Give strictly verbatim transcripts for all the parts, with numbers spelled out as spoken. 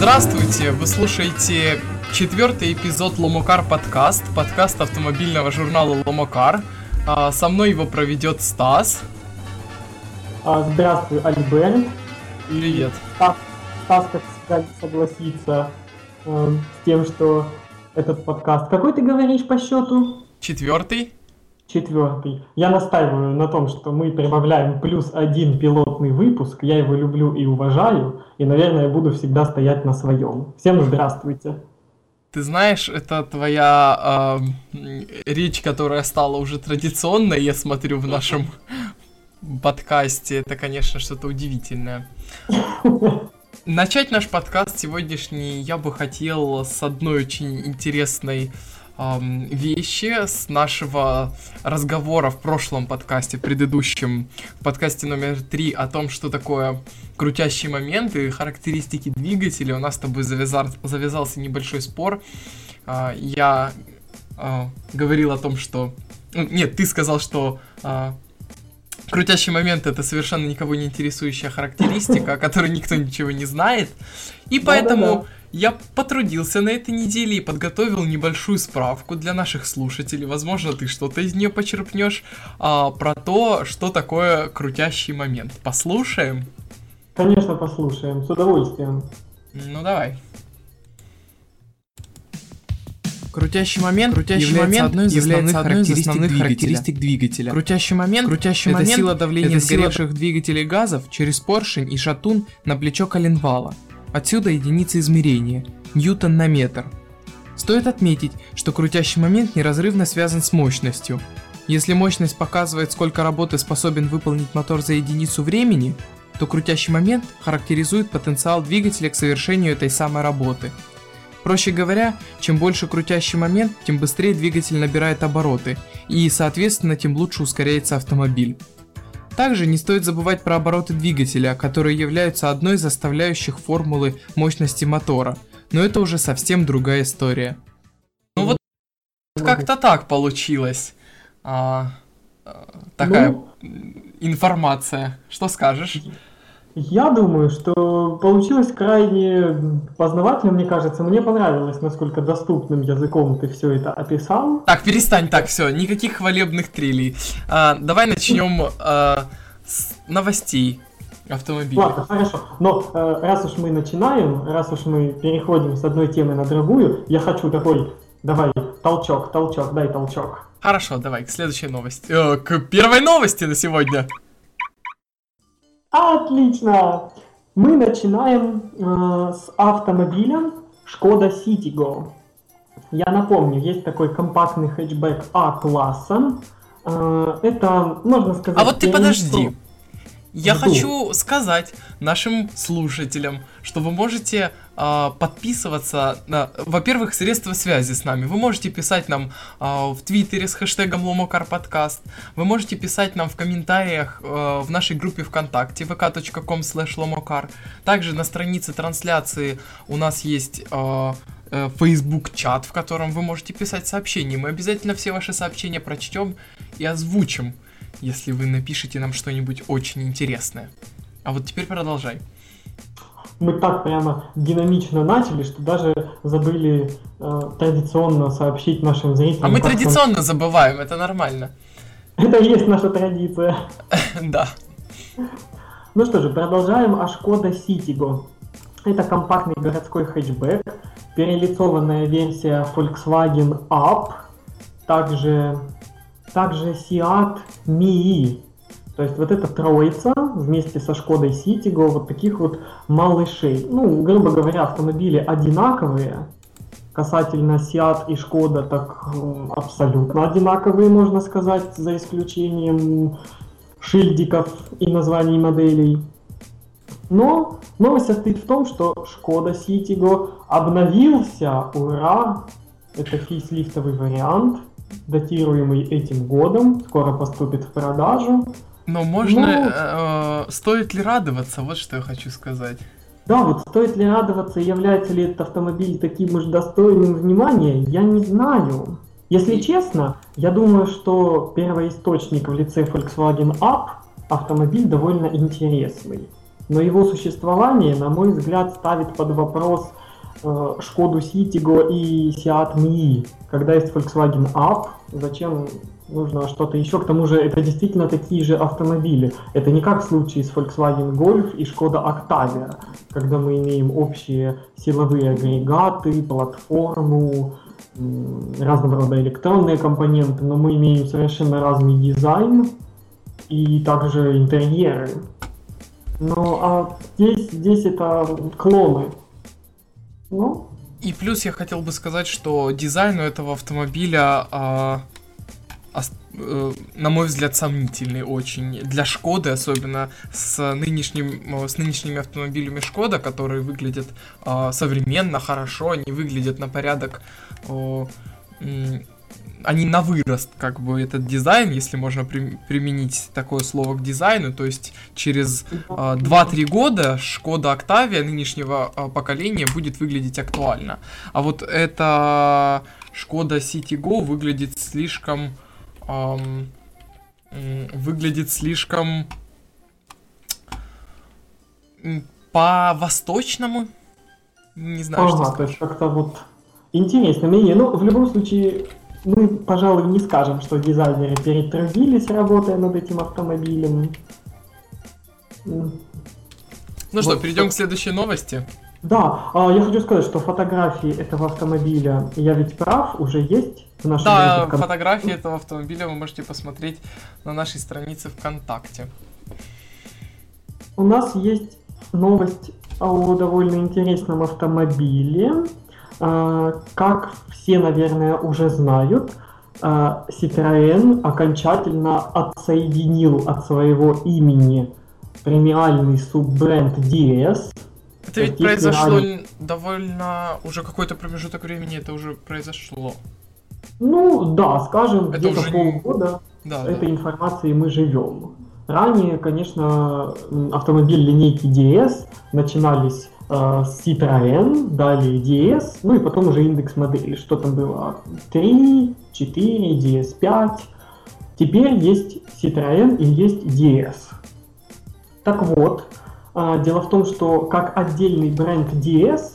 Здравствуйте, вы слушаете четвертый эпизод Ломокар подкаст, подкаст автомобильного журнала Ломокар. А, со мной его проведет Стас. А, здравствуй, Альберт. Привет. Стас, Стас, как всегда, согласится э, с тем, что этот подкаст... Какой ты говоришь по счету? Четвертый. Четвертый. Я настаиваю на том, что мы прибавляем плюс один пилотный выпуск. Я его люблю и уважаю. И, наверное, буду всегда стоять на своем. Всем здравствуйте. Ты знаешь, это твоя э, речь, которая стала уже традиционной, я смотрю, в нашем подкасте. Это, конечно, что-то удивительное. Начать наш подкаст сегодняшний я бы хотел с одной очень интересной эм, вещи, с нашего разговора в прошлом подкасте, в предыдущем, в подкасте номер три, о том, что такое крутящий момент и характеристики двигателя. У нас с тобой завязал, завязался небольшой спор. Э, я э, говорил о том, что... Нет, ты сказал, что... Э, крутящий момент — это совершенно никого не интересующая характеристика, о которой никто ничего не знает. И поэтому Да-да-да. я потрудился на этой неделе и подготовил небольшую справку для наших слушателей. Возможно, ты что-то из нее почерпнешь а, про то, что такое крутящий момент. Послушаем? Конечно, послушаем. С удовольствием. Ну, давай. Крутящий момент, крутящий является момент одной из является основных, одной из характеристик, основных двигателя. характеристик двигателя. Крутящий момент, крутящий это момент сила давления это сгоревших сила двигателей газов через поршень и шатун на плечо коленвала. Отсюда единица измерения – ньютон на метр. Стоит отметить, что крутящий момент неразрывно связан с мощностью. Если мощность показывает, сколько работы способен выполнить мотор за единицу времени, то крутящий момент характеризует потенциал двигателя к совершению этой самой работы. Проще говоря, чем больше крутящий момент, тем быстрее двигатель набирает обороты, и, соответственно, тем лучше ускоряется автомобиль. Также не стоит забывать про обороты двигателя, которые являются одной из составляющих формулы мощности мотора, но это уже совсем другая история. Ну вот как-то так получилось. А, такая ну... информация. Что скажешь? Я думаю, что получилось крайне познавательно, мне кажется. Мне понравилось, насколько доступным языком ты все это описал. Так, перестань, так, все, никаких хвалебных трелей. А, давай начнем а, с новостей автомобиля. Ладно, хорошо. Но а, раз уж мы начинаем, раз уж мы переходим с одной темы на другую, я хочу такой, давай, толчок, толчок, дай толчок. Хорошо, давай, к следующей новости. Э, к первой новости на сегодня. Отлично! Мы начинаем э, с автомобиля Skoda Citigo. Я напомню, есть такой компактный хэтчбэк А-класса. Э, это, можно сказать... А вот ты подожди. Я Жду. хочу сказать нашим слушателям, что вы можете э, подписываться на, во-первых, средства связи с нами. Вы можете писать нам э, в Твиттере с хэштегом Ломокар подкаст. Вы можете писать нам в комментариях э, в нашей группе ВКонтакте вэ ка точка ком слэш ломокар. Также на странице трансляции у нас есть э, э, Facebook-чат, в котором вы можете писать сообщения. Мы обязательно все ваши сообщения прочтем и озвучим, если вы напишите нам что-нибудь очень интересное. А вот теперь продолжай. Мы так прямо динамично начали, что даже забыли э, традиционно сообщить нашим зрителям. А мы как традиционно там... забываем, это нормально. Это и есть наша традиция. Да. Ну что же, продолжаем о Skoda Citigo. Это компактный городской хэтчбэк, перелицованная версия Volkswagen Up, также... Также Seat Mii. То есть вот эта троица вместе со Шкодой Citigo, вот таких вот малышей. Ну, грубо говоря, автомобили одинаковые. Касательно Seat и Шкода, так абсолютно одинаковые, можно сказать, за исключением шильдиков и названий моделей. Но новость состоит в том, что Шкода Citigo обновился. Ура! Это фейслифтовый вариант, датируемый этим годом, скоро поступит в продажу. Но можно... Ну, э, стоит ли радоваться? Вот что я хочу сказать. Да, вот стоит ли радоваться, является ли этот автомобиль таким уж достойным внимания, я не знаю. Если честно, я думаю, что первоисточник в лице Volkswagen Up автомобиль довольно интересный. но его существование, на мой взгляд, ставит под вопрос э, Шкоду Citigo и Seat Mii. Когда есть Volkswagen Up, зачем нужно что-то еще? К тому же это действительно такие же автомобили. Это не как в случае с Volkswagen Golf и Шкода Octavia, когда мы имеем общие силовые агрегаты, платформу, разного рода электронные компоненты, но мы имеем совершенно разный дизайн и также интерьеры. Ну, а здесь, здесь это клоны. Ну. И плюс я хотел бы сказать, что дизайн у этого автомобиля, а, а, а, на мой взгляд, сомнительный очень. Для Шкоды, особенно с, нынешним, с нынешними автомобилями Шкода, которые выглядят а, современно, хорошо, они выглядят на порядок... А, они на вырост, как бы, этот дизайн, если можно при, применить такое слово к дизайну, то есть через э, два-три года Шкода Octavia нынешнего э, поколения будет выглядеть актуально. А вот эта Шкода Citigo выглядит слишком... Э, э, выглядит слишком... Э, по-восточному. Не знаю, ага, что то сказать. есть как-то вот интересно мнение. Ну, в любом случае... Мы, пожалуй, не скажем, что дизайнеры перетрудились, работая над этим автомобилем. Ну вот что, перейдем к следующей новости. Да, я хочу сказать, что фотографии этого автомобиля, я ведь прав, уже есть в нашей Да, группе. фотографии этого автомобиля вы можете посмотреть на нашей странице ВКонтакте. У нас есть новость о довольно интересном автомобиле. Как все, наверное, уже знают, Citroën окончательно отсоединил от своего имени премиальный суббренд ди эс. Это ведь произошло довольно... Уже какой-то промежуток времени это уже произошло. Ну да, скажем, это где-то уже... полгода да, с этой да. информацией мы живем. Ранее, конечно, автомобили линейки ди эс начинались с Citroën, далее ди эс, ну и потом уже индекс модели, что там было, три, четыре, ди эс пять. Теперь есть Citroën и есть ди эс. Так вот, дело в том, что как отдельный бренд ди эс,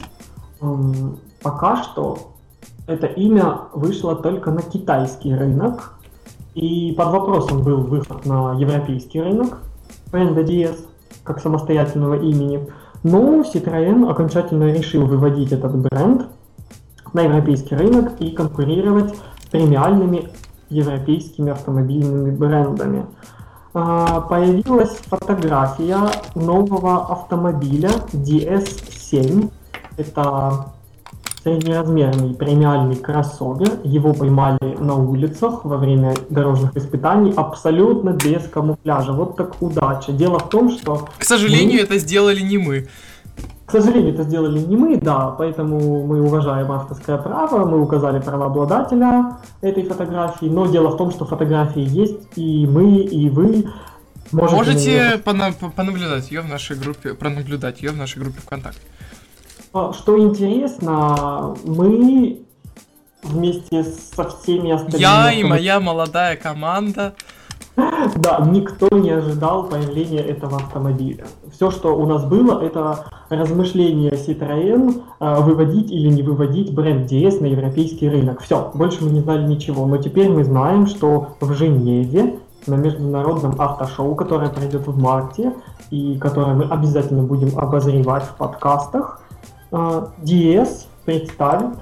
пока что это имя вышло только на китайский рынок, и под вопросом был выход на европейский рынок бренда ди эс как самостоятельного имени. Но Citroën окончательно решил выводить этот бренд на европейский рынок и конкурировать с премиальными европейскими автомобильными брендами. Появилась фотография нового автомобиля ди эс семь. Это среднеразмерный премиальный кроссовер. Его поймали на улицах во время дорожных испытаний абсолютно без камуфляжа. Вот так удача. Дело в том, что... К сожалению, мы... это сделали не мы. К сожалению, это сделали не мы, да, поэтому мы уважаем авторское право, мы указали правообладателя этой фотографии, но дело в том, что фотографии есть, и мы, и вы можете... Можете пона- понаблюдать ее в нашей группе, пронаблюдать ее в нашей группе ВКонтакте. Что интересно, мы вместе со всеми остальными... Я и моя молодая команда... Да, никто не ожидал появления этого автомобиля. Все, что у нас было, это размышления Citroën выводить или не выводить бренд ди эс на европейский рынок. Все, больше мы не знали ничего. Но теперь мы знаем, что в Женеве на международном автошоу, которое пройдет в марте и которое мы обязательно будем обозревать в подкастах, ди эс представит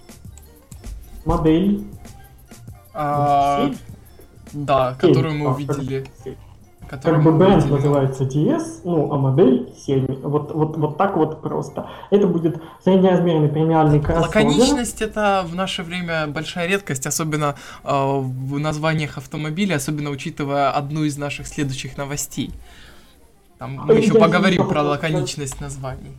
модель а, да, семь, которую мы а, увидели. Как, как бы бренд увидели. Называется ди эс, ну а модель семь. Вот, вот, вот так вот просто. Это будет среднеразмерный премиальный кроссовер. Лаконичность — это в наше время большая редкость, особенно э, в названиях автомобилей, особенно учитывая одну из наших следующих новостей. Там мы еще Я поговорим про лаконичность названий.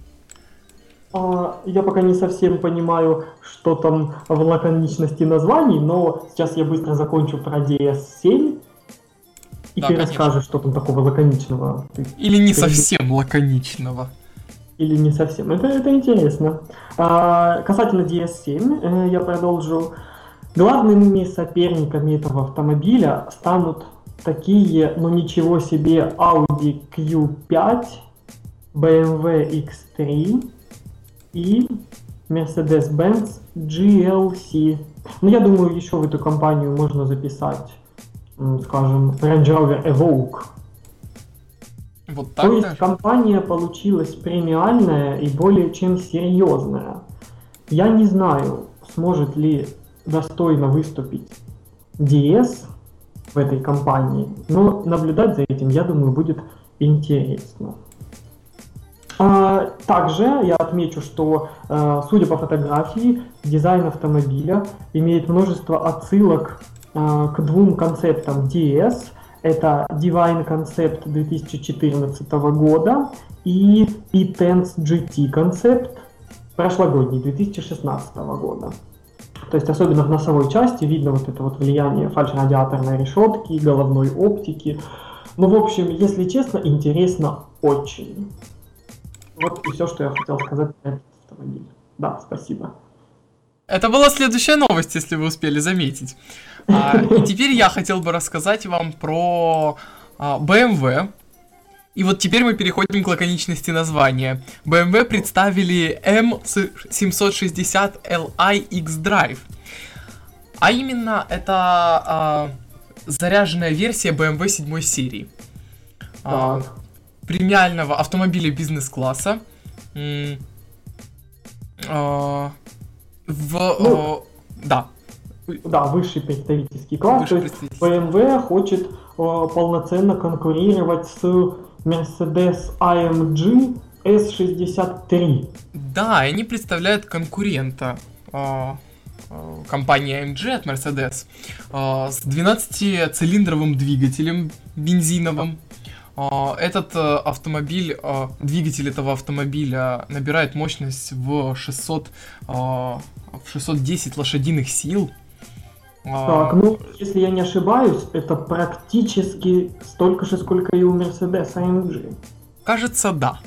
Я пока не совсем понимаю, что там в лаконичности названий, но сейчас я быстро закончу про ди эс семь, и да, ты конечно. Расскажешь, что там такого лаконичного. Или не ты... совсем лаконичного. Или не совсем. Это, это интересно. А, касательно ди эс семь, я продолжу. Главными соперниками этого автомобиля станут такие, ну ничего себе, Audi кью пять бэ эм вэ икс три и Mercedes-Benz джи эл си. Ну, я думаю, еще в эту компанию можно записать, скажем, Range Rover Evoque. Вот так То есть даже? компания получилась премиальная и более чем серьезная. Я не знаю, сможет ли достойно выступить ди эс в этой компании, но наблюдать за этим, я думаю, будет интересно. А, также я отмечу, что, а, судя по фотографии, дизайн автомобиля имеет множество отсылок а, к двум концептам ди эс. Это Divine Concept две тысячи четырнадцатого года и E-Tense джи ти концепт прошлогодний, две тысячи шестнадцатого года. То есть особенно в носовой части видно вот это вот влияние фальшрадиаторной решетки, головной оптики. Ну, в общем, если честно, интересно очень. Вот и все, что я хотел сказать про этот автомобиль. Да, спасибо. Это была следующая новость, если вы успели заметить. А, и теперь я хотел бы рассказать вам про а, бэ эм вэ. И вот теперь мы переходим к лаконичности названия. бэ эм вэ представили эм семьсот шестьдесят эл ай X-Drive. А именно, это а, заряженная версия бэ эм вэ седьмой серии. А, премиального автомобиля бизнес-класса. М- а, в... Ну, а, да. Да, высший представительский класс. Высший То есть бэ эм вэ хочет о, полноценно конкурировать с Mercedes эй эм джи эс шестьдесят три. Да, и они представляют конкурента э, э, компании эй эм джи от Mercedes э, с двенадцатицилиндровым двигателем бензиновым. Э, этот э, автомобиль, э, двигатель этого автомобиля набирает мощность в шестьсот, э, в шестьсот десять лошадиных сил. Так, ну, если я не ошибаюсь, это практически столько же, сколько и у Mercedes эй эм джи. Кажется, да.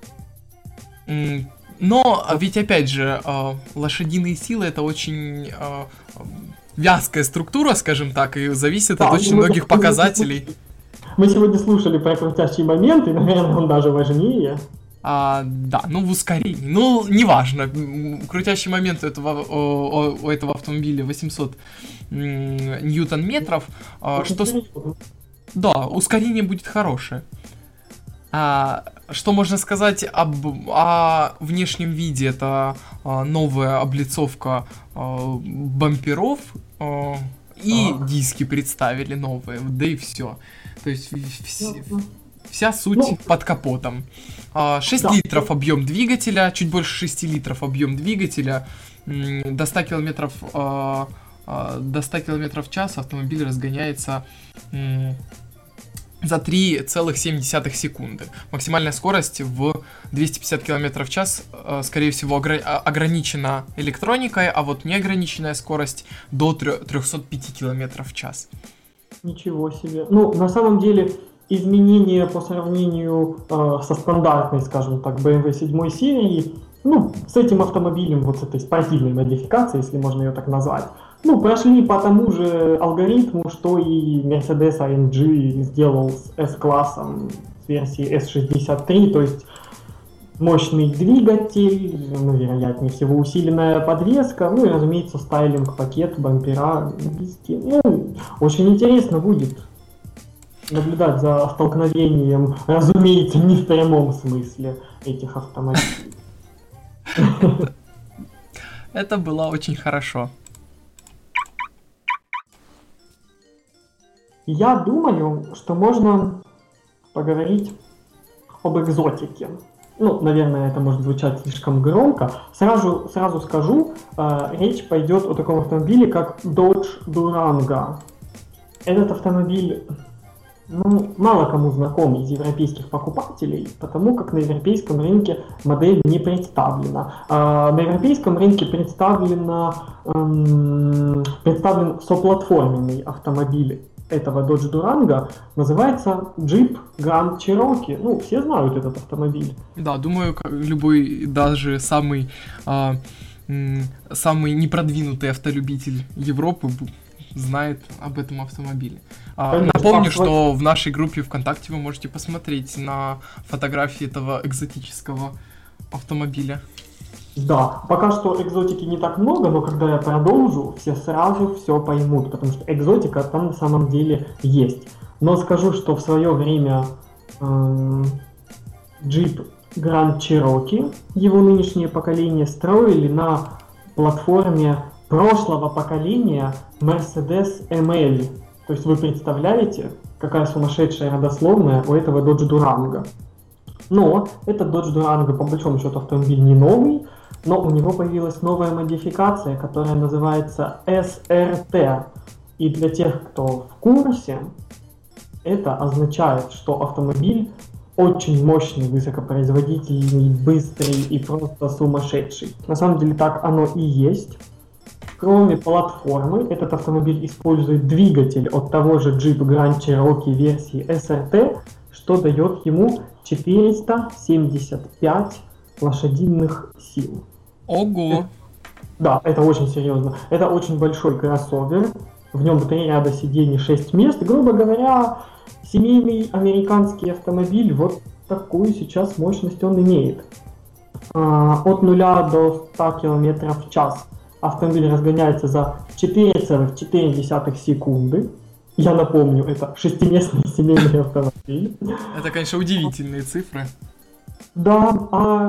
Но ведь, опять же, лошадиные силы — это очень вязкая структура, скажем так, и зависит да, от очень многих показателей. Мы сегодня слушали про крутящий момент, и, наверное, он даже важнее. А, да, ну в ускорении. Ну, неважно. Крутящий момент у этого, у, у этого автомобиля восемьсот ньютон-метров. А, что... Да, ускорение будет хорошее. А, что можно сказать об о внешнем виде? Это а, новая облицовка а, бамперов а, и а. диски представили новые, да и все. То есть вс- вся суть ну, под капотом. А, шесть да. литров объем двигателя, чуть больше шесть литров объем двигателя, м- до ста километров а, а, до ста километров в час автомобиль разгоняется м- за три целых семь десятых секунды. Максимальная скорость в двести пятьдесят километров в час, скорее всего, огр- ограничена электроникой, а вот неограниченная скорость до триста пять километров в час. Ничего себе. Ну, на самом деле, изменения по сравнению э, со стандартной, скажем так, бэ эм вэ седьмой серии, ну, с этим автомобилем, вот с этой спортивной модификацией, если можно ее так назвать, ну, прошли по тому же алгоритму, что и Mercedes эй эм джи сделал с S-классом, с версией эс шестьдесят три, то есть мощный двигатель, ну, вероятнее всего усиленная подвеска, ну и, разумеется, стайлинг, пакет, бампера, диски. Ну, очень интересно будет наблюдать за столкновением, разумеется, не в прямом смысле этих автомобилей. Это было очень хорошо. Я думаю, что можно поговорить об экзотике. Ну, наверное, это может звучать слишком громко. Сразу, сразу скажу, э, речь пойдет о таком автомобиле, как Dodge Durango. Этот автомобиль, ну, мало кому знаком из европейских покупателей, потому как на европейском рынке модель не представлена. Э, на европейском рынке представлена, э, представлен соплатформенный автомобиль этого Dodge Durango, называется Jeep Grand Cherokee. Ну, все знают этот автомобиль. Да, думаю, любой, даже самый, а, м, самый непродвинутый автолюбитель Европы знает об этом автомобиле. А, Конечно, напомню, а, что в нашей группе ВКонтакте вы можете посмотреть на фотографии этого экзотического автомобиля. Да, пока что экзотики не так много, но когда я продолжу, все сразу все поймут, потому что экзотика там на самом деле есть. Но скажу, что в свое время эм, Jeep Grand Cherokee, его нынешнее поколение, строили на платформе прошлого поколения Mercedes эм эл. То есть вы представляете, какая сумасшедшая родословная у этого Dodge Durango. Но этот Dodge Durango по большому счету автомобиль не новый, но у него появилась новая модификация, которая называется эс эр ти. И для тех, кто в курсе, это означает, что автомобиль очень мощный, высокопроизводительный, быстрый и просто сумасшедший. На самом деле так оно и есть. Кроме платформы, этот автомобиль использует двигатель от того же Jeep Grand Cherokee версии эс эр ти, что дает ему четыреста семьдесят пять лошадиных сил. Ого! Да, это очень серьезно. Это очень большой кроссовер. В нем три ряда сидений, шесть мест. Грубо говоря, семейный американский автомобиль, вот такую сейчас мощность он имеет. А, от нуля до ста километров в час автомобиль разгоняется за четыре целых четыре десятых секунды. Я напомню, это шестиместный семейный автомобиль. Это, конечно, удивительные цифры. Да, а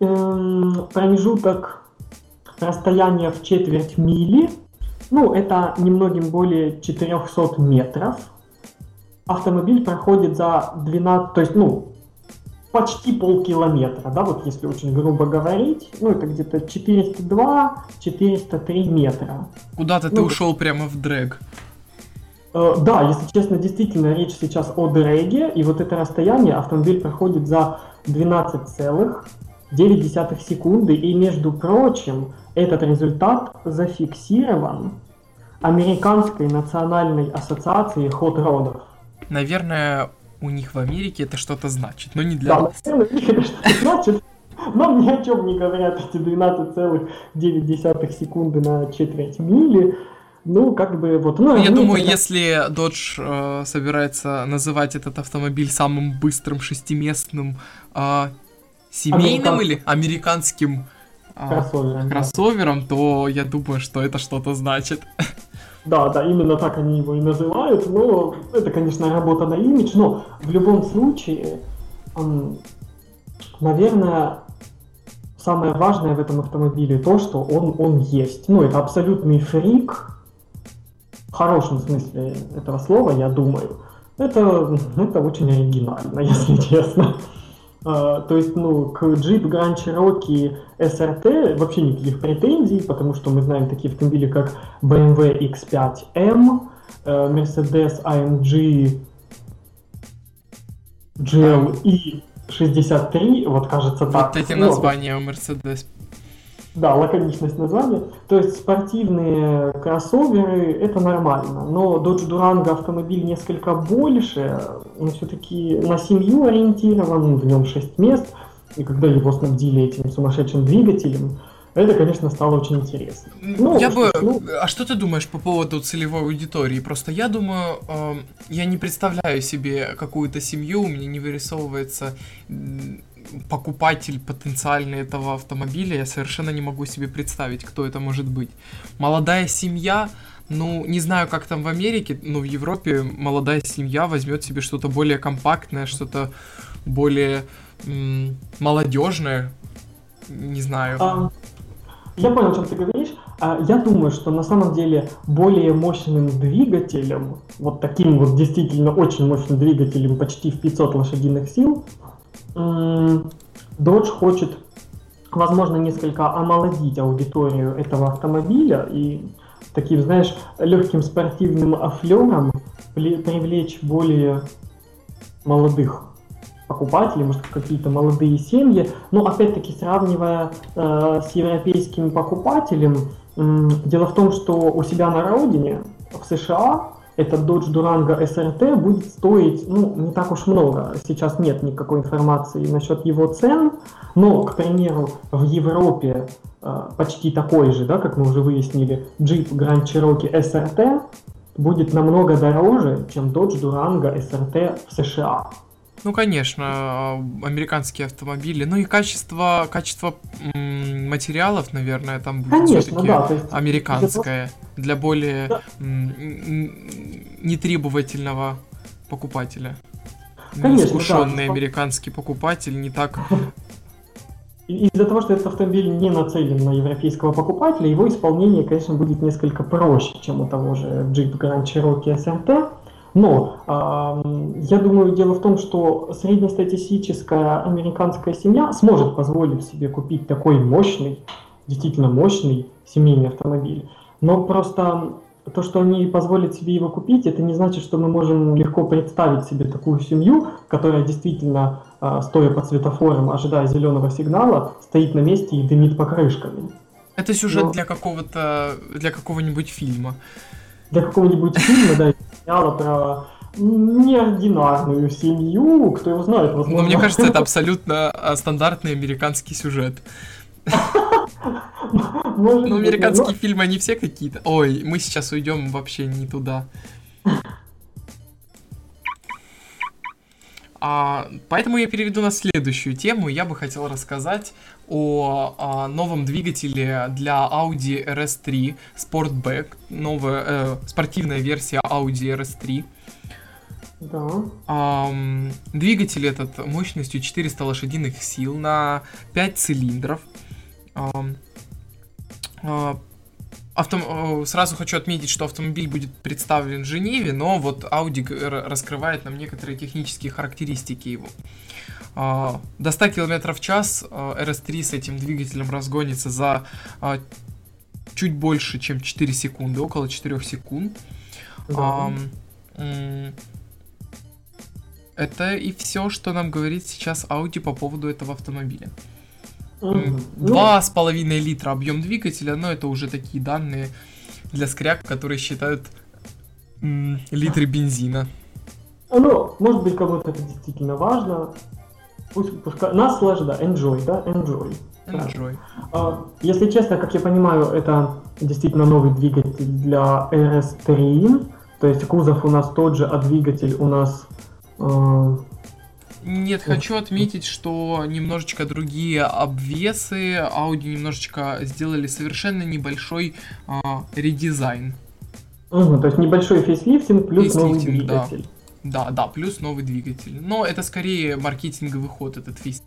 эм, промежуток расстояния в четверть мили, ну, это немногим более четыреста метров. Автомобиль проходит за двенадцать, то есть, ну, почти полкилометра, да, вот если очень грубо говорить, ну, это где-то четыреста два - четыреста три метра. Куда-то ну, ты ушел прямо в дрэг. Э, да, если честно, действительно, речь сейчас о дрэге, и вот это расстояние автомобиль проходит за двенадцать целых девять десятых секунды, и, между прочим, этот результат зафиксирован Американской национальной ассоциацией хот-родов. Наверное, у них в Америке это что-то значит, но не для Да, нас. наверное, у них это что-то значит, но ни о чем не говорят эти двенадцать целых девять десятых секунды на четверть мили. Ну, как бы вот... Ну, Я ну, думаю, это... если Dodge э, собирается называть этот автомобиль самым быстрым шестиместным э, семейным Американ... или американским э, кроссовером, кроссовером, да. то я думаю, что это что-то значит. Да, да, именно так они его и называют, но это, конечно, работа на имидж, но в любом случае, он, наверное, самое важное в этом автомобиле то, что он, он есть. Ну, это абсолютный фрик, в хорошем смысле этого слова, я думаю. Это, это очень оригинально, если честно. Uh, то есть, ну, к Jeep Grand Cherokee эс эр ти вообще никаких претензий, потому что мы знаем такие автомобили, как бэ эм вэ икс пять эм, uh, Mercedes а эм джи джи эл и шестьдесят три, вот кажется так. Вот эти ну, названия у Mercedes. Да, лаконичность названия. То есть спортивные кроссоверы это нормально, но Dodge Durango автомобиль несколько больше, но все-таки на семью ориентирован, в нем шесть мест, и когда его снабдили этим сумасшедшим двигателем, это, конечно, стало очень интересно. Ну, я что, бы... ну... А что ты думаешь по поводу целевой аудитории? Просто я думаю, э, я не представляю себе какую-то семью, у меня не вырисовывается покупатель потенциальный этого автомобиля, я совершенно не могу себе представить, кто это может быть. Молодая семья, ну, не знаю, как там в Америке, но в Европе молодая семья возьмет себе что-то более компактное, что-то более м- молодежное, не знаю. А, я понял, о чем ты говоришь. А, я думаю, что на самом деле более мощным двигателем, вот таким вот действительно очень мощным двигателем, почти в пятьсот лошадиных сил, Dodge хочет, возможно, несколько омолодить аудиторию этого автомобиля и таким, знаешь, легким спортивным флером привлечь более молодых покупателей, может, какие-то молодые семьи. Но, опять-таки, сравнивая э, с европейским покупателем, э, дело в том, что у себя на родине, в США, этот Dodge Durango эс эр ти будет стоить, ну, не так уж много. Сейчас нет никакой информации насчет его цен, но, к примеру, в Европе э, почти такой же, да, как мы уже выяснили, Jeep Grand Cherokee эс эр ти будет намного дороже, чем Dodge Durango эс эр ти в США. Ну, конечно, американские автомобили. Ну и качество, качество м, материалов, наверное, там будет Конечно, все-таки да, то есть американское, для более Да. м, м, нетребовательного покупателя. Конечно, да. Неискушенный американский покупатель не так... И- Из-за того, что этот автомобиль не нацелен на европейского покупателя, его исполнение, конечно, будет несколько проще, чем у того же Jeep Grand Cherokee эс эр ти. Но ам, я думаю, дело в том, что среднестатистическая американская семья сможет позволить себе купить такой мощный, действительно мощный семейный автомобиль. Но просто то, что они позволят себе его купить, это не значит, что мы можем легко представить себе такую семью, которая действительно, а, стоя под светофором, ожидая зеленого сигнала, стоит на месте и дымит покрышками. Это сюжет Но- для какого-то, для какого-нибудь фильма. Для какого-нибудь фильма, да, сериала про неординарную семью, кто его знает, возможно. Но мне кажется, это абсолютно а, стандартный американский сюжет. Может Ну, быть, американские но- фильмы, они все какие-то... Ой, мы сейчас уйдем вообще не туда. А, поэтому я переведу на следующую тему. Я бы хотел рассказать о, а, новом двигателе для Audi эр эс три Sportback, новая э, спортивная версия Audi эр эс три. Да. Ам, двигатель этот мощностью четыреста лошадиных сил на пять цилиндров. Ам, а, автом- э, Сразу хочу отметить, что автомобиль будет представлен в Женеве, но вот Audi г- р- раскрывает нам некоторые технические характеристики его. А, До ста километров в час а, эр эс три с этим двигателем разгонится за а, чуть больше, чем четыре секунды, около четырех секунд. Да. Ам, м, Это и все, что нам говорит сейчас Audi по поводу этого автомобиля. Мгм. Ну, Два с половиной литра объем двигателя, но это уже такие данные для скряг, которые считают м, литры бензина. ну, может быть, кому-то это действительно важно. Пусть, пускай... Наслажда, enjoy, да, enjoy. Enjoy. А, Если честно, как я понимаю, это действительно новый двигатель для эр эс три. То есть кузов у нас тот же, а двигатель у нас... э, Нет, хочу отметить, что немножечко другие обвесы. Audi немножечко сделали совершенно небольшой а, редизайн. мгм, то есть небольшой фейслифтинг плюс новый Фейслифтинг, да. двигатель. Да, да, плюс новый двигатель. Но это скорее маркетинговый ход, этот фейс.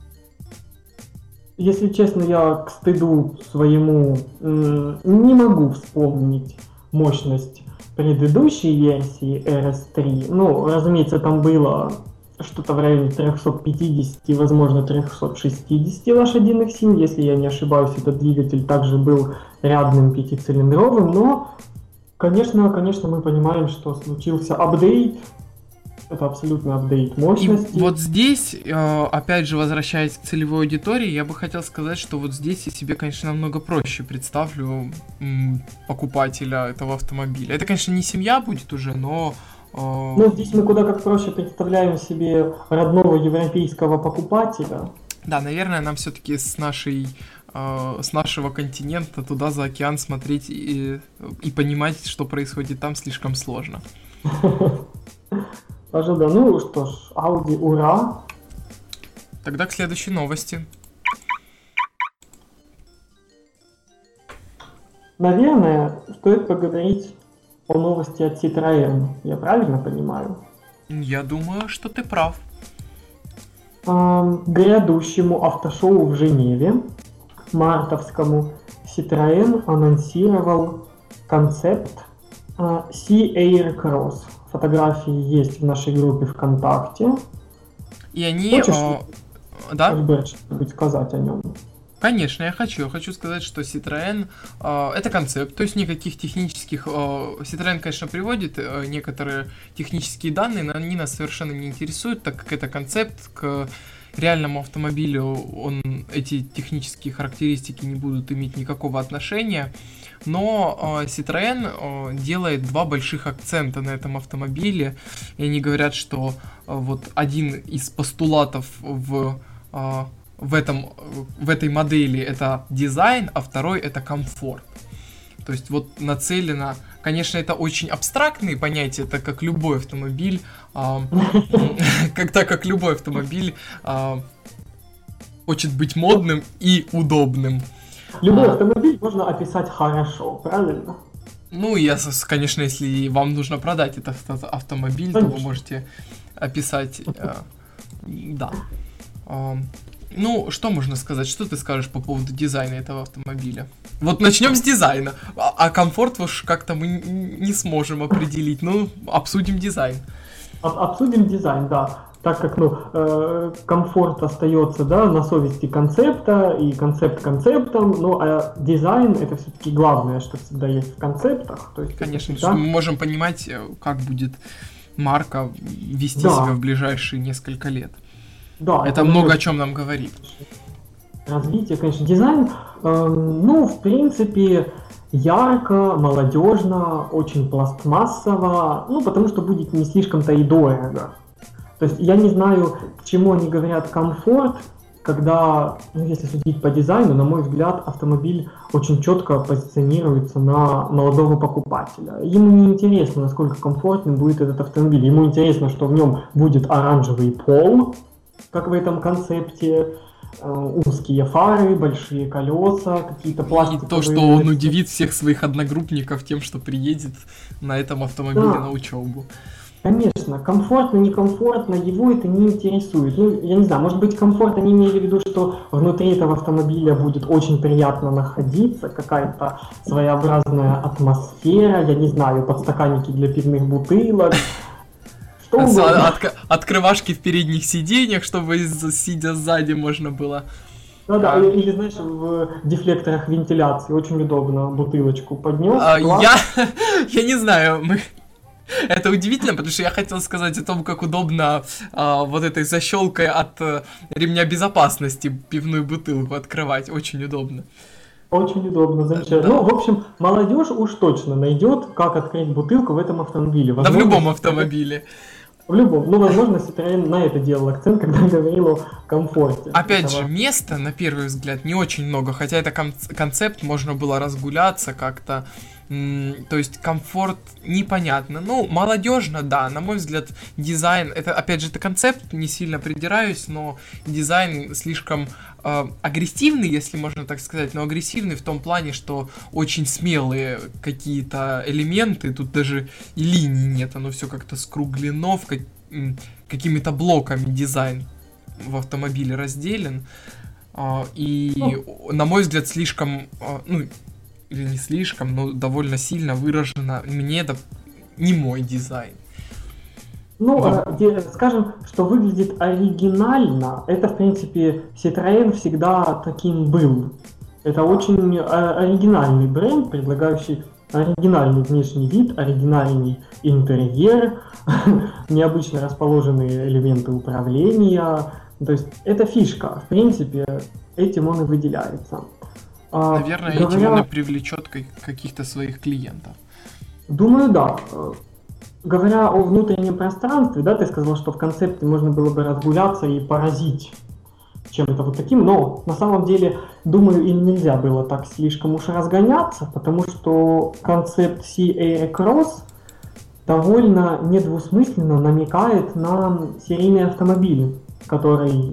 Если честно, я к стыду своему м, не могу вспомнить мощность предыдущей версии эр эс три. Ну, разумеется, там было что-то в районе триста пятьдесят, возможно, триста шестьдесят лошадиных сил. Если я не ошибаюсь, этот двигатель также был рядным пятицилиндровым, но, конечно, конечно, мы понимаем, что случился апдейт. Это абсолютно апдейт И мощности. вот здесь, э, опять же, возвращаясь к целевой аудитории, я бы хотел сказать, что вот здесь я себе, конечно, намного проще представлю м, покупателя этого автомобиля. Это, конечно, не семья будет уже, но... э, Ну, здесь мы куда как проще представляем себе родного европейского покупателя. Да, наверное, нам все-таки с нашей, э, с нашего континента туда за океан смотреть и, и понимать, что происходит там, слишком сложно. Ожида, ну что ж, Audi, ура! Тогда к следующей новости. Наверное, стоит поговорить о новости от Citroën. Я правильно понимаю? Я думаю, что ты прав. Ам, Грядущему автошоу в Женеве, мартовскому, Citroën анонсировал концепт а, C-Air Cross. Фотографии есть в нашей группе ВКонтакте. И они... Хочешь, э, да? Альберт, что-нибудь сказать о нем? Конечно, я хочу. Я хочу сказать, что Citroën э, это концепт, то есть никаких технических... Э, Citroën, конечно, приводит э, некоторые технические данные, но они нас совершенно не интересуют, так как это концепт. К реальному автомобилю он, эти технические характеристики не будут иметь никакого отношения. Но э, Citroën э, делает два больших акцента на этом автомобиле. И они говорят, что э, вот один из постулатов в... Э, в, этом, в этой модели это дизайн, а второй это комфорт. То есть вот нацелено конечно, это очень абстрактные понятия, так как любой автомобиль, а, как так как любой автомобиль а, хочет быть модным и удобным. Любой А, автомобиль можно описать хорошо, правильно? Ну, я, с- конечно, если вам нужно продать этот авто- автомобиль, то вы Конечно. можете описать, э, да. А, ну, что можно сказать? Что ты скажешь по поводу дизайна этого автомобиля? Вот начнем с дизайна, а, а комфорт уж как-то мы н- не сможем определить. Ну, обсудим дизайн. Об- обсудим дизайн, да. Так как, ну, э, комфорт остается, да, на совести концепта, и концепт концептом, ну, а дизайн это все-таки главное, что всегда есть в концептах. То есть это Конечно, всегда- мы можем понимать, э, как будет марка вести Да. себя в ближайшие несколько лет. Да, Это много о может чем нам говорит. развитие, конечно, дизайн, эм, ну, в принципе, ярко, молодежно, очень пластмассово, ну, потому что будет не слишком-то и дорого. То есть я не знаю, к чему они говорят комфорт, когда, ну, если судить по дизайну, на мой взгляд, автомобиль очень четко позиционируется на молодого покупателя. Ему не интересно, насколько комфортным будет этот автомобиль. Ему интересно, что в нем будет оранжевый пол, как в этом концепте, э, узкие фары, большие колеса, какие-то И пластиковые... то, что он удивит всех своих одногруппников тем, что приедет на этом автомобиле Да. на учебу. Конечно, комфортно, некомфортно, его это не интересует. Ну, я не знаю, может быть, комфорт, они имели в виду, что внутри этого автомобиля будет очень приятно находиться, какая-то своеобразная атмосфера, я не знаю, подстаканники для пивных бутылок. Что С- угодно. отк- открывашки в передних сиденьях, чтобы из- сидя сзади можно было. Да-да, А. или, знаешь, в дефлекторах вентиляции очень удобно бутылочку поднес. А, класс. я, я не знаю, мы... Это удивительно, потому что я хотел сказать о том, как удобно а, вот этой защелкой от э, ремня безопасности пивную бутылку открывать. Очень удобно. Очень удобно, замечательно. Да. Ну, в общем, молодежь уж точно найдет, как открыть бутылку в этом автомобиле. Да в Возможно, любом автомобиле. В любом. Ну, возможно, Citroёn на это делал акцент, когда говорил о комфорте. Опять этого. же, места, на первый взгляд, не очень много, хотя это кон- концепт, можно было разгуляться как-то, м, то есть комфорт непонятно. Ну, молодежно, да, на мой взгляд, дизайн, это, опять же, это концепт, не сильно придираюсь, но дизайн слишком э, агрессивный, если можно так сказать, но агрессивный в том плане, что очень смелые какие-то элементы, тут даже и линий нет, оно все как-то скруглено, в как- м, какими-то блоками дизайн в автомобиле разделен. А, И, на мой взгляд, слишком, а, ну, или не слишком, но довольно сильно выражено. Мне это не мой дизайн. Ну, Да. э, де- скажем, что выглядит оригинально, это, в принципе, Citroёn всегда таким был. Это очень э, оригинальный бренд, предлагающий оригинальный внешний вид, оригинальный интерьер, необычно расположенные элементы управления. То есть это фишка, в принципе, этим он и выделяется. А, Наверное, этим говоря- он и привлечет ка- каких-то своих клиентов. Думаю, да. Э, Говоря о внутреннем пространстве, да, ты сказал, что в концепте можно было бы разгуляться и поразить чем-то вот таким, но на самом деле, думаю, им нельзя было так слишком уж разгоняться, потому что концепт C-Air Cross довольно недвусмысленно намекает на серийные автомобили, который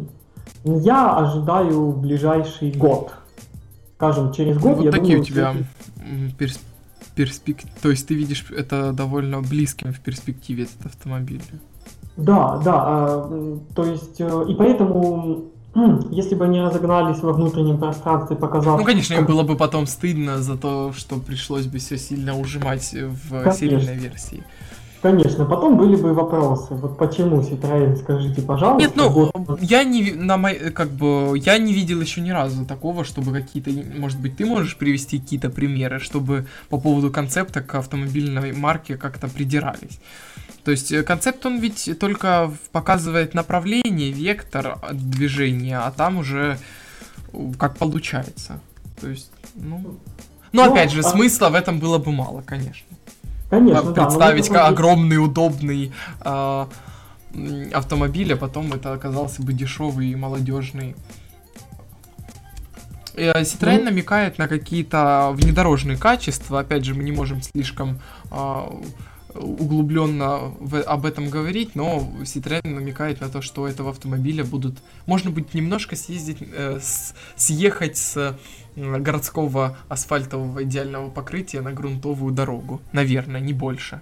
я ожидаю в ближайший год. Скажем, через год, Ну, вот я такие думаю, у тебя все- м, перс- перспек... То есть ты видишь это довольно близким в перспективе, этот автомобиль. Да, да, а, м, то есть, э, и поэтому, м, если бы они разогнались во внутреннем пространстве, показав... Ну, конечно, им как- было бы потом стыдно за то, что пришлось бы все сильно ужимать в Конечно. серийной версии. Конечно, потом были бы вопросы, вот почему Citroёn, скажите, пожалуйста. Нет, ну, вот- я не, ви- на мой, как бы, я не видел еще ни разу такого, чтобы какие-то, может быть, ты можешь привести какие-то примеры, чтобы по поводу концепта к автомобильной марке как-то придирались. То есть э, концепт, он ведь только в- показывает направление, вектор от движения, а там уже э, как получается. То есть, ну... Ну, Ну, опять же, а- смысла в этом было бы мало, конечно. Конечно, Там да. но представить это как будет- огромный, удобный а, м, автомобиль, а потом это оказался бы дешевый и молодежный Э, Citroёn намекает на какие-то внедорожные качества. Опять же, мы не можем слишком а, углубленно в- об этом говорить, но Citroёn намекает на то, что у этого автомобиля будут, можно будет немножко съездить, э, с- съехать с э, городского асфальтового идеального покрытия на грунтовую дорогу. Наверное, не больше.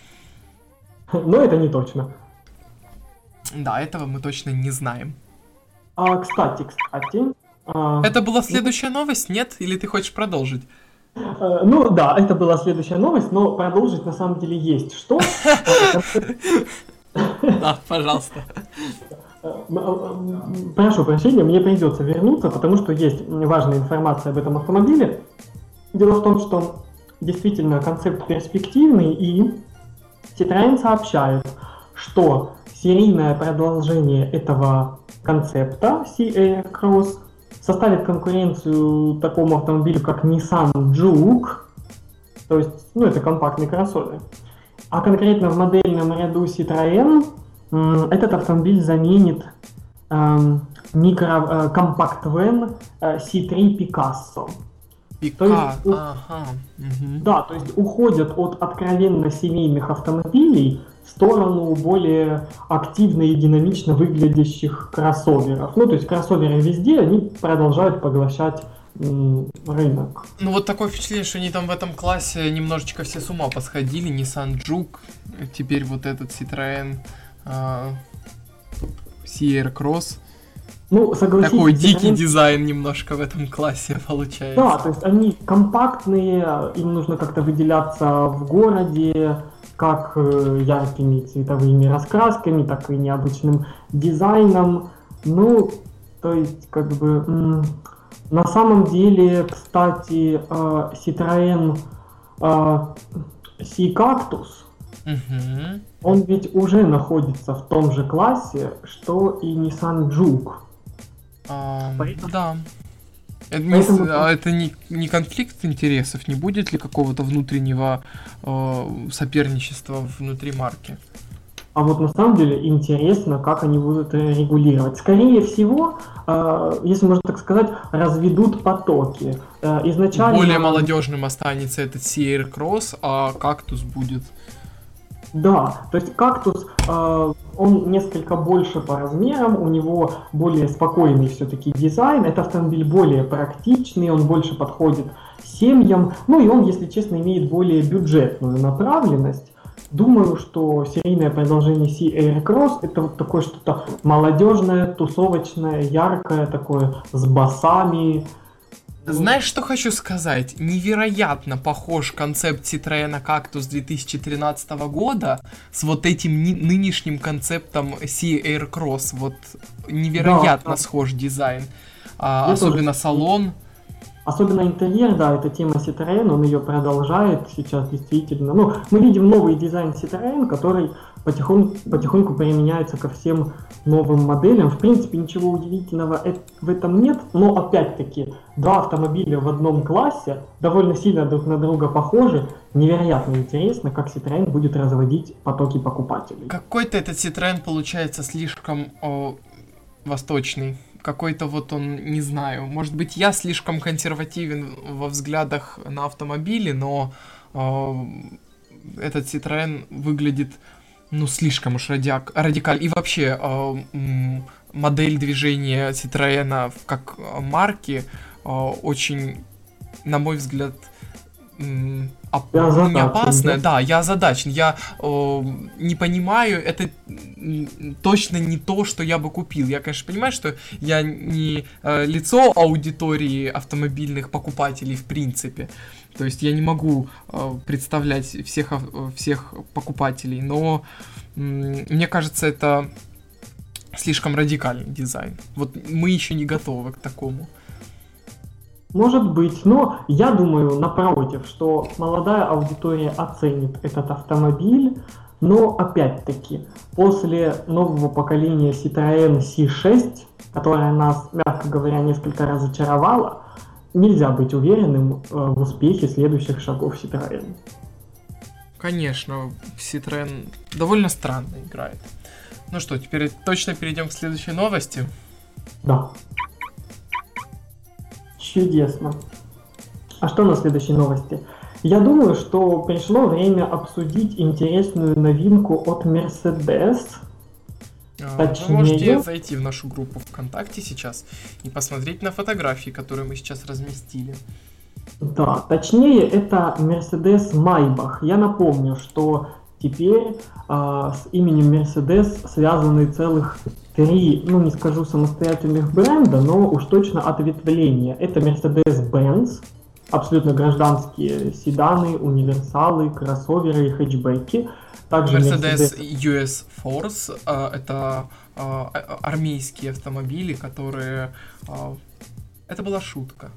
Но это не точно. Да, этого мы точно не знаем. А, кстати, кстати, а, Это была следующая новость, нет? Или ты хочешь продолжить? э, ну да, это была следующая новость, но продолжить на самом деле есть что. А, Да, пожалуйста. Э, м, э, Прошу прощения, мне придется вернуться, потому что есть важная информация об этом автомобиле. Дело в том, что действительно концепт перспективный, и Citroёn сообщает, что серийное продолжение этого концепта C-Air-Cross составит конкуренцию такому автомобилю, как Nissan Juke, то есть, ну, это компактный кроссовер. А конкретно в модельном ряду Citroёn м, этот автомобиль заменит эм, микро, э, компакт-вэн э, си три Picasso. Пика, есть, у- ага. Мгм. Да, то есть уходят от откровенно семейных автомобилей в сторону более активно и динамично выглядящих кроссоверов. Ну, то есть кроссоверы везде, они продолжают поглощать м, рынок. Ну вот такое впечатление, что они там в этом классе немножечко все с ума посходили. Nissan Juke, теперь вот этот Citroёn а, C-Air Cross. Ну, согласитесь, Такой дикий Citroёn- дизайн немножко в этом классе получается. Да, то есть они компактные, им нужно как-то выделяться в городе, как э, яркими цветовыми раскрасками, так и необычным дизайном. Ну, то есть, как бы, м, на самом деле, кстати, э, Citroёn э, C-Cactus, Мгм. он ведь уже находится в том же классе, что и Nissan Juke. А, Поэтому- да. Это, не, с- Поэтому- а это не, не конфликт интересов, не будет ли какого-то внутреннего э, соперничества внутри марки? А вот на самом деле интересно, как они будут э, регулировать. Скорее всего, э, если можно так сказать, разведут потоки. Э, изначально... Более молодежным останется этот C-Air Cross, а кактус будет. Да, то есть кактус, э, он несколько больше по размерам, у него более спокойный все-таки дизайн, это автомобиль более практичный, он больше подходит семьям, ну и он, если честно, имеет более бюджетную направленность. Думаю, что серийное продолжение C-Air Cross это вот такое что-то молодежное, тусовочное, яркое, такое с басами. Знаешь, что хочу сказать? Невероятно похож концепт Citroёn Cactus две тысячи тринадцатого года с вот этим ни- нынешним концептом C-Air Cross. Вот невероятно Да, да. схож дизайн. А, Я особенно тоже. салон. Особенно интерьер, да, это тема Citroёn, он ее продолжает сейчас действительно. Ну, мы видим новый дизайн Citroёn, который потихоньку, потихоньку применяется ко всем новым моделям. В принципе, ничего удивительного э- в этом нет, но опять-таки, два автомобиля в одном классе довольно сильно друг на друга похожи. Невероятно интересно, как Citroёn будет разводить потоки покупателей. Какой-то этот Citroёn получается слишком о, восточный. Какой-то вот он, не знаю, может быть, я слишком консервативен во взглядах на автомобили, но э, этот Citroёn выглядит, ну, слишком уж радиак- радикально. И вообще, э, м, модель движения Citroёn как э, марки э, очень, на мой взгляд, м, оп- Я ну, не озадачен, опасная. да? Да, я озадачен. Я э, не понимаю, это м, точно не то, что я бы купил. Я, конечно, понимаю, что я не э, лицо аудитории автомобильных покупателей в принципе. То есть я не могу э, представлять всех, ав- всех покупателей, но м, мне кажется, это слишком радикальный дизайн. Вот мы еще не готовы к такому. Может быть, но я думаю, напротив, что молодая аудитория оценит этот автомобиль, но опять-таки, после нового поколения Citroёn си шесть, которая нас, мягко говоря, несколько разочаровала, нельзя быть уверенным э, в успехе следующих шагов Citroёn. Конечно, Citroёn довольно странно играет. Ну что, теперь точно перейдем к следующей новости. Да. Чудесно. А что на следующей новости? Я думаю, что пришло время обсудить интересную новинку от Mercedes. Точнее... Вы можете зайти в нашу группу ВКонтакте сейчас и посмотреть на фотографии, которые мы сейчас разместили. Да, точнее, это Mercedes Maybach. Я напомню, что теперь а, с именем Mercedes связаны целых три, ну не скажу самостоятельных бренда, но уж точно ответвления. Это Mercedes-Benz, абсолютно гражданские седаны, универсалы, кроссоверы и хэтчбеки. Также Mercedes ю эс Force, а, это а, армейские автомобили, которые... А, это была шутка.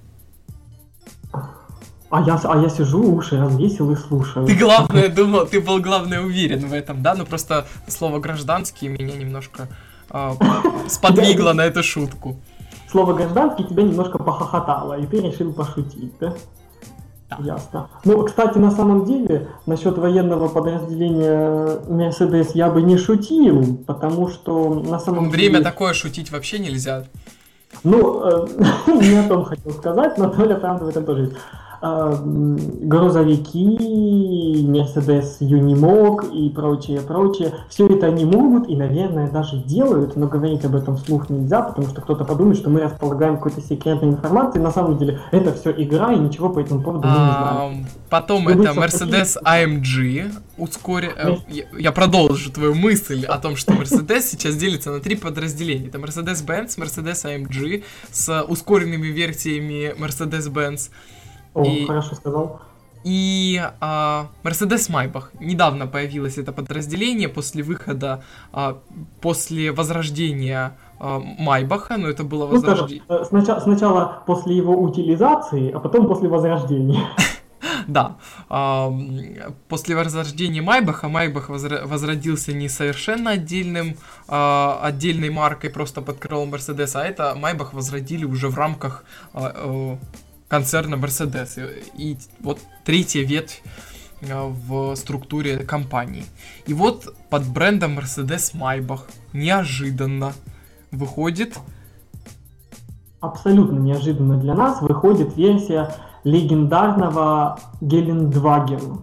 А я, а я сижу, уши развесил и слушаю. Ты главное думал, ты был главное уверен в этом, да? Но просто слово гражданский меня немножко а, сподвигло на эту шутку. Слово гражданский тебя немножко похохотало, и ты решил пошутить, да? Да. Ясно. Ну, кстати, на самом деле, насчет военного подразделения Mercedes я бы не шутил, потому что на самом Время деле... Время такое шутить вообще нельзя. Ну, э, не о том хотел сказать, но доля правды в этом тоже есть. Э, грузовики, Mercedes Unimog и прочее, прочее, все это они могут и, наверное, даже делают, но говорить об этом вслух нельзя, потому что кто-то подумает, что мы располагаем какой-то секретной информацией. На самом деле, это все игра, и ничего по этому поводу мы не знаем. Потом Вы это Mercedes эй эм джи. Ускоря... Я, я продолжу твою мысль о том, что Mercedes сейчас делится на три подразделения. Это Mercedes-Benz, Mercedes эй эм джи с ускоренными версиями Mercedes-Benz. О, и, хорошо сказал. И а, Mercedes Maybach. Недавно появилось это подразделение после выхода, а, после возрождения а, Майбаха, но это было возрождение... Ну, сначала, сначала после его утилизации, а потом после возрождения. Да, после возрождения Майбаха, Майбах возродился не совершенно отдельным, отдельной маркой, просто под крылом Mercedes, а это Майбах возродили уже в рамках концерна Mercedes. И вот третья ветвь в структуре компании. И вот под брендом Mercedes Maybach неожиданно выходит... Абсолютно неожиданно для нас выходит версия легендарного Гелендваген.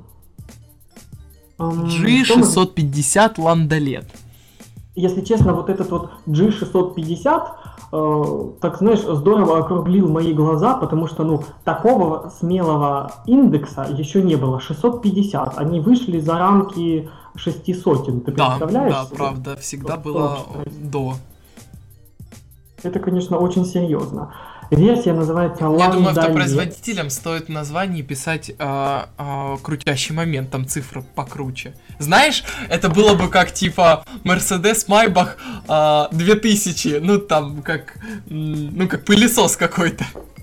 джи шестьсот пятьдесят Ландолет. Если честно, вот этот вот джи шестьсот пятьдесят, э, так знаешь, здорово округлил мои глаза, потому что, ну, такого смелого индекса еще не было. шестьсот пятьдесят. Они вышли за рамки шести сотен. Ты да, представляешь? Да, правда, всегда было до. Это, конечно, очень серьезно. Версия называется Ландолет. Я думаю, автопроизводителям стоит в названии писать а, а, крутящий момент, там цифра покруче. Знаешь, это было бы как типа Mercedes Maybach а, две тысячи, ну там как, ну как пылесос какой-то.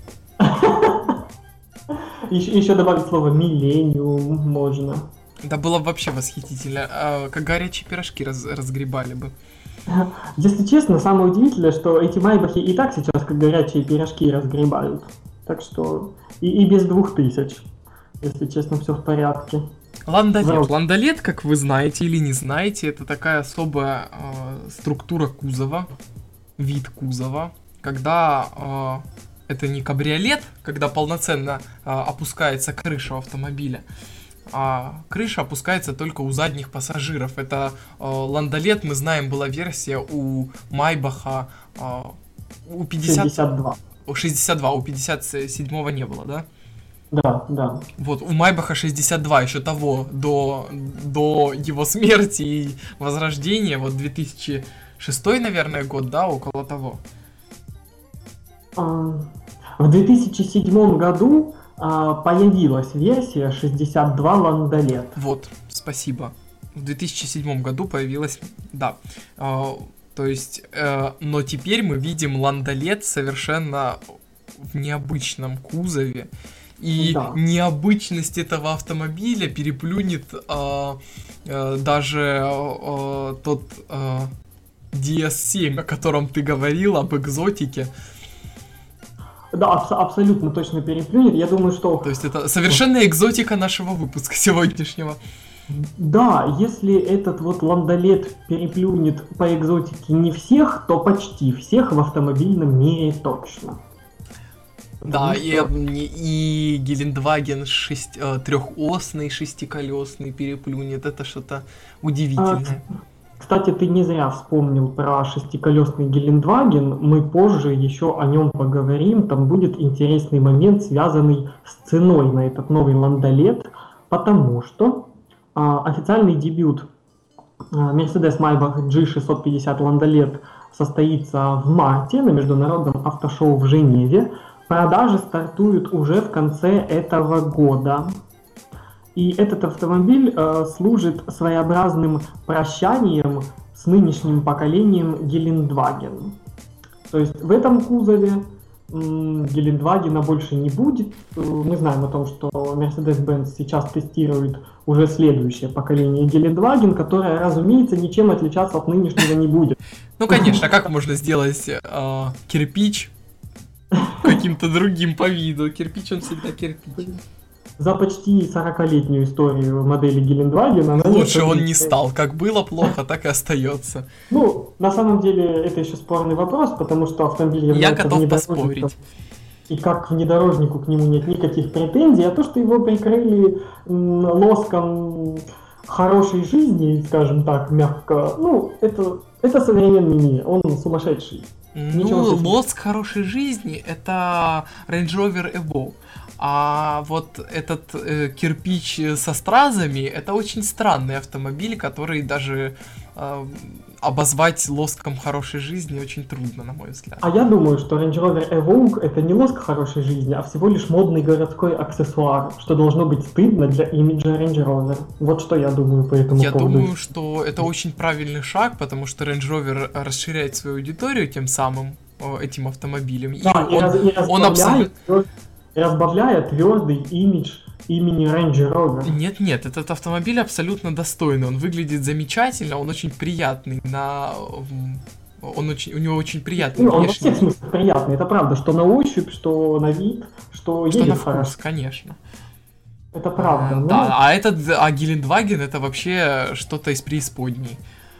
Еще, еще добавить слово миллениум можно. Да было бы вообще восхитительно, а, как горячие пирожки раз, разгребали бы. Если честно, самое удивительное, что эти майбахи и так сейчас как горячие пирожки разгребают. Так что и, и без двух тысяч, если честно, все в порядке. Ландолет. Ландолет, как вы знаете или не знаете, это такая особая э, структура кузова, вид кузова, когда э, это не кабриолет, когда полноценно э, опускается крыша автомобиля, а крыша опускается только у задних пассажиров. Это э, Ландолет, мы знаем, была версия у Майбаха э, у пятьдесят... шестьдесят два. У шестьдесят два, у пятьдесят седьмого не было, да? Да, да. Вот, у Майбаха шестьдесят два, еще того, до, до его смерти и возрождения, вот две тысячи шестой, наверное, год, да, около того. В две тысячи седьмом году появилась версия шестьдесят два Ландолет. Вот, спасибо. В две тысячи седьмом году появилась, да. А, то есть, э, но теперь мы видим Ландолет совершенно в необычном кузове. И да. Необычность этого автомобиля переплюнет э, э, даже э, тот э, ди эс семь, о котором ты говорил, об экзотике. Да, абс- абсолютно точно переплюнет. Я думаю, что... То есть это совершенная экзотика нашего выпуска сегодняшнего. Да, если этот вот Ландолет переплюнет по экзотике не всех, то почти всех в автомобильном мире точно. Да, и, что... и Гелендваген шесть, э, трехосный, шестиколесный переплюнет. Это что-то удивительное. А, кстати, ты не зря вспомнил про шестиколесный Гелендваген. Мы позже еще о нем поговорим. Там будет интересный момент, связанный с ценой на этот новый ландолет, потому что а, официальный дебют Mercedes-Maybach джи шестьсот пятьдесят ландолет состоится в марте на международном автошоу в Женеве. Продажи стартуют уже в конце этого года. И этот автомобиль э, служит своеобразным прощанием с нынешним поколением Гелендваген. То есть в этом кузове м, Гелендвагена больше не будет. Мы знаем о том, что Mercedes-Benz сейчас тестирует уже следующее поколение Гелендваген, которое, разумеется, ничем отличаться от нынешнего не будет. Ну, конечно, как можно сделать э, кирпич каким-то другим по виду? Кирпич, он всегда кирпич. За почти сорокалетнюю историю модели Гелендвагена... Лучше он не стал. Как было плохо, так и остается. Ну, на самом деле, это еще спорный вопрос, потому что автомобиль является Я готов поспорить. И как к внедорожнику к нему нет никаких претензий, а то, что его прикрыли м, лоском хорошей жизни, скажем так, мягко, ну, это, это современный мир, он сумасшедший. Ну, лоск хорошей жизни — это Range Rover Evo. А вот этот э, кирпич со стразами — это очень странный автомобиль, который даже э, обозвать лоском хорошей жизни очень трудно, на мой взгляд. А я думаю, что Range Rover Evoque — это не лоск хорошей жизни, а всего лишь модный городской аксессуар, что должно быть стыдно для имиджа Range Rover. Вот что я думаю по этому я поводу. Я думаю, что это очень правильный шаг, потому что Range Rover расширяет свою аудиторию тем самым этим автомобилем. Да, и, и он, раз, и он абсолютно... разбавляя твердый имидж имени Range Rover. Нет-нет, этот автомобиль абсолютно достойный, он выглядит замечательно, он очень приятный, на... он очень... у него очень приятный ну, внешний. Он во всех смыслах приятный, это правда, что на ощупь, что на вид, что, что едет на вкус, хорошо. Конечно. Это правда. А, но... Да, а этот, а Гелендваген — это вообще что-то из преисподней.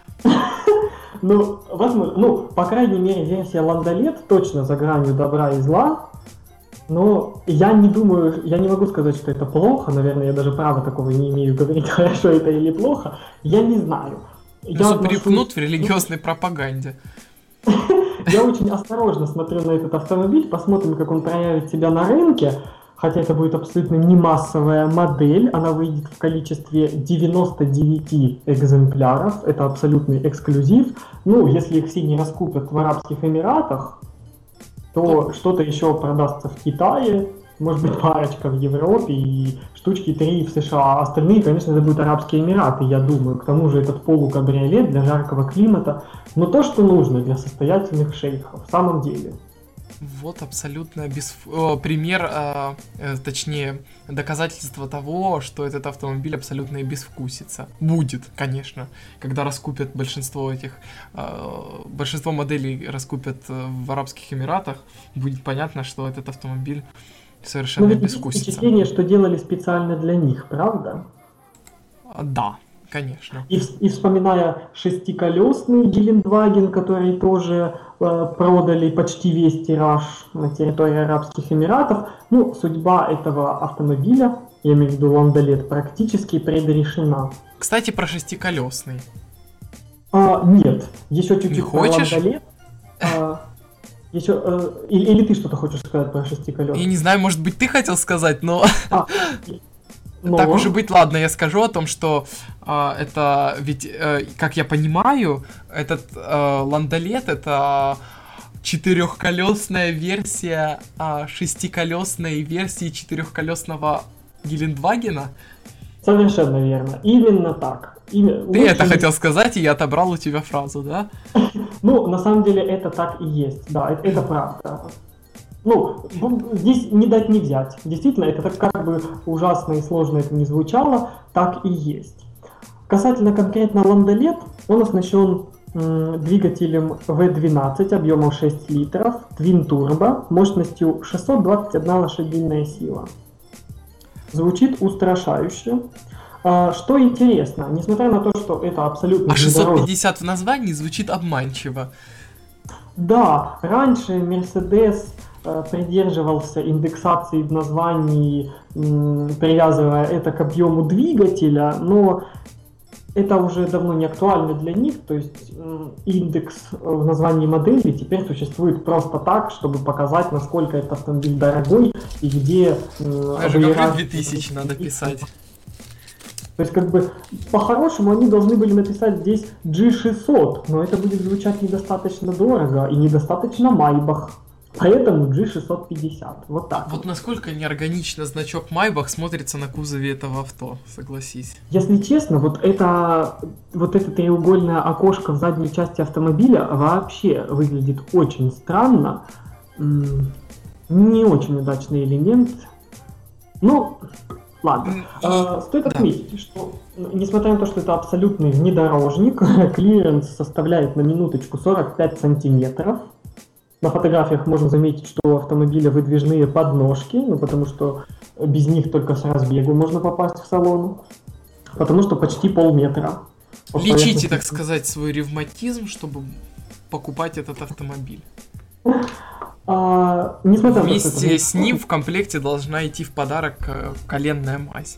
Ну, возможно, ну, по крайней мере, версия ландолет точно за гранью добра и зла. Но я не думаю, я не могу сказать, что это плохо, наверное, я даже права такого не имею говорить, хорошо это или плохо, я не знаю. Я отношусь... припнут в религиозной пропаганде. Я очень осторожно смотрю на этот автомобиль, посмотрим, как он проявит себя на рынке, хотя это будет абсолютно не массовая модель, она выйдет в количестве девяноста девяти экземпляров, это абсолютный эксклюзив. Ну, если их все не раскупят в Арабских Эмиратах, то что-то еще продастся в Китае, может быть, парочка в Европе и штучки три в США. Остальные, конечно, это будут Арабские Эмираты, я думаю. К тому же этот полукабриолет для жаркого климата. Но то, что нужно для состоятельных шейхов, в самом деле. Вот абсолютно без... О, пример, э, э, точнее, доказательство того, что этот автомобиль абсолютно и безвкусица. Будет, конечно, когда раскупят большинство этих... Э, большинство моделей раскупят в Арабских Эмиратах, будет понятно, что этот автомобиль совершенно Но ведь безвкусица. Впечатление, что делали специально для них, правда? Да. Конечно. И, и вспоминая шестиколесный Гелендваген, который тоже э, продали почти весь тираж на территории Арабских Эмиратов, ну, судьба этого автомобиля, я имею в виду ландолет, практически предрешена. Кстати, про шестиколесный. А, нет, еще чуть-чуть Не про хочешь? ландолет. А, еще, э, или, или ты что-то хочешь сказать про шестиколесный? Я не знаю, может быть, ты хотел сказать, но... А, Но... Так уже быть, ладно, я скажу о том, что э, это ведь, э, как я понимаю, этот э, ландолет — это четырехколесная версия э, шестиколесной версии четырехколесного Гелендвагена. Совершенно верно, именно так. Именно... Ты Лучше... это хотел сказать, и я отобрал у тебя фразу, да? Ну, на самом деле это так и есть, да, это, это правда. Ну, здесь не дать не взять. Действительно, это так, как бы ужасно и сложно это не звучало, так и есть. Касательно конкретно ландолет, он оснащен м, двигателем ви двенадцать объемом шесть литров, Twin Turbo, мощностью шестьсот двадцать одна лошадиная сила. Звучит устрашающе. А, что интересно, несмотря на то, что это абсолютно... А шестьсот пятьдесят в названии звучит обманчиво. Да, раньше Mercedes э, придерживался индексации в названии, м, привязывая это к объему двигателя, но это уже давно не актуально для них, то есть м, индекс в названии модели теперь существует просто так, чтобы показать, насколько этот автомобиль дорогой и где... м, Даже выиграть- как две тысячи надо писать. То есть, как бы, по-хорошему, они должны были написать здесь джи шестьсот, но это будет звучать недостаточно дорого и недостаточно Майбах. Поэтому джи шестьсот пятьдесят. Вот так. Вот насколько неорганично значок Майбах смотрится на кузове этого авто, согласись. Если честно, вот это, вот это треугольное окошко в задней части автомобиля вообще выглядит очень странно. М, Не очень удачный элемент. Ну, ладно. М, А, Стоит да. отметить, что м, несмотря на то, что это абсолютный внедорожник, клиренс составляет на минуточку сорок пять сантиметров. На фотографиях можно заметить, что у автомобиля выдвижные подножки, ну потому что без них только с разбегу можно попасть в салон. Потому что почти полметра. По Лечите, поверхности. так сказать, свой ревматизм, чтобы покупать этот автомобиль. А, несмотря на то, что Вместе это- с ним в комплекте должна идти в подарок э, коленная мазь.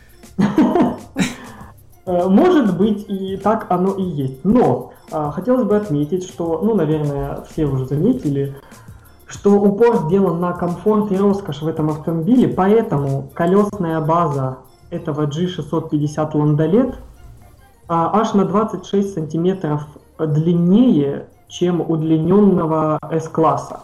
Э, Может быть, и так оно и есть. Но а, хотелось бы отметить, что, ну, наверное, все уже заметили, что упор сделан на комфорт и роскошь в этом автомобиле, поэтому колесная база этого джи шестьсот пятьдесят Landaulet а, аж на двадцать шесть сантиметров длиннее, чем удлиненного S-класса,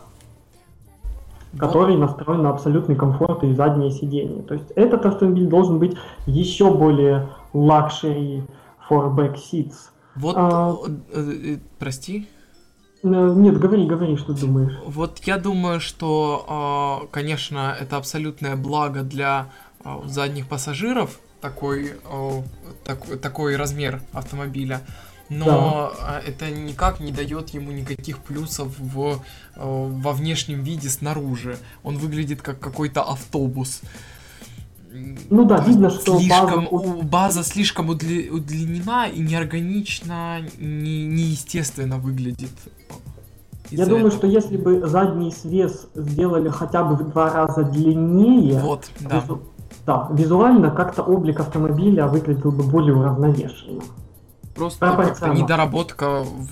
который настроен на абсолютный комфорт и заднее сиденье. То есть этот автомобиль должен быть еще более luxury for back seats. Вот, А. э, э, прости. Э, Нет, говори, говори, что думаешь. Вот я думаю, что, а, конечно, это абсолютное благо для а, задних пассажиров, такой, а, так- такой размер автомобиля, но Да. а, это никак не дает ему никаких плюсов в, а, во внешнем виде снаружи. Он выглядит как какой-то автобус. Ну да, То есть видно, что слишком, база- у- база слишком удли- удлинена и неорганично, не, неестественно выглядит. Я из-за думаю, этого. что если бы задний свес сделали хотя бы в два раза длиннее, Вот, да. визу- да, визуально как-то облик автомобиля выглядел бы более уравновешенно. Просто как-то пропорционально. недоработка в,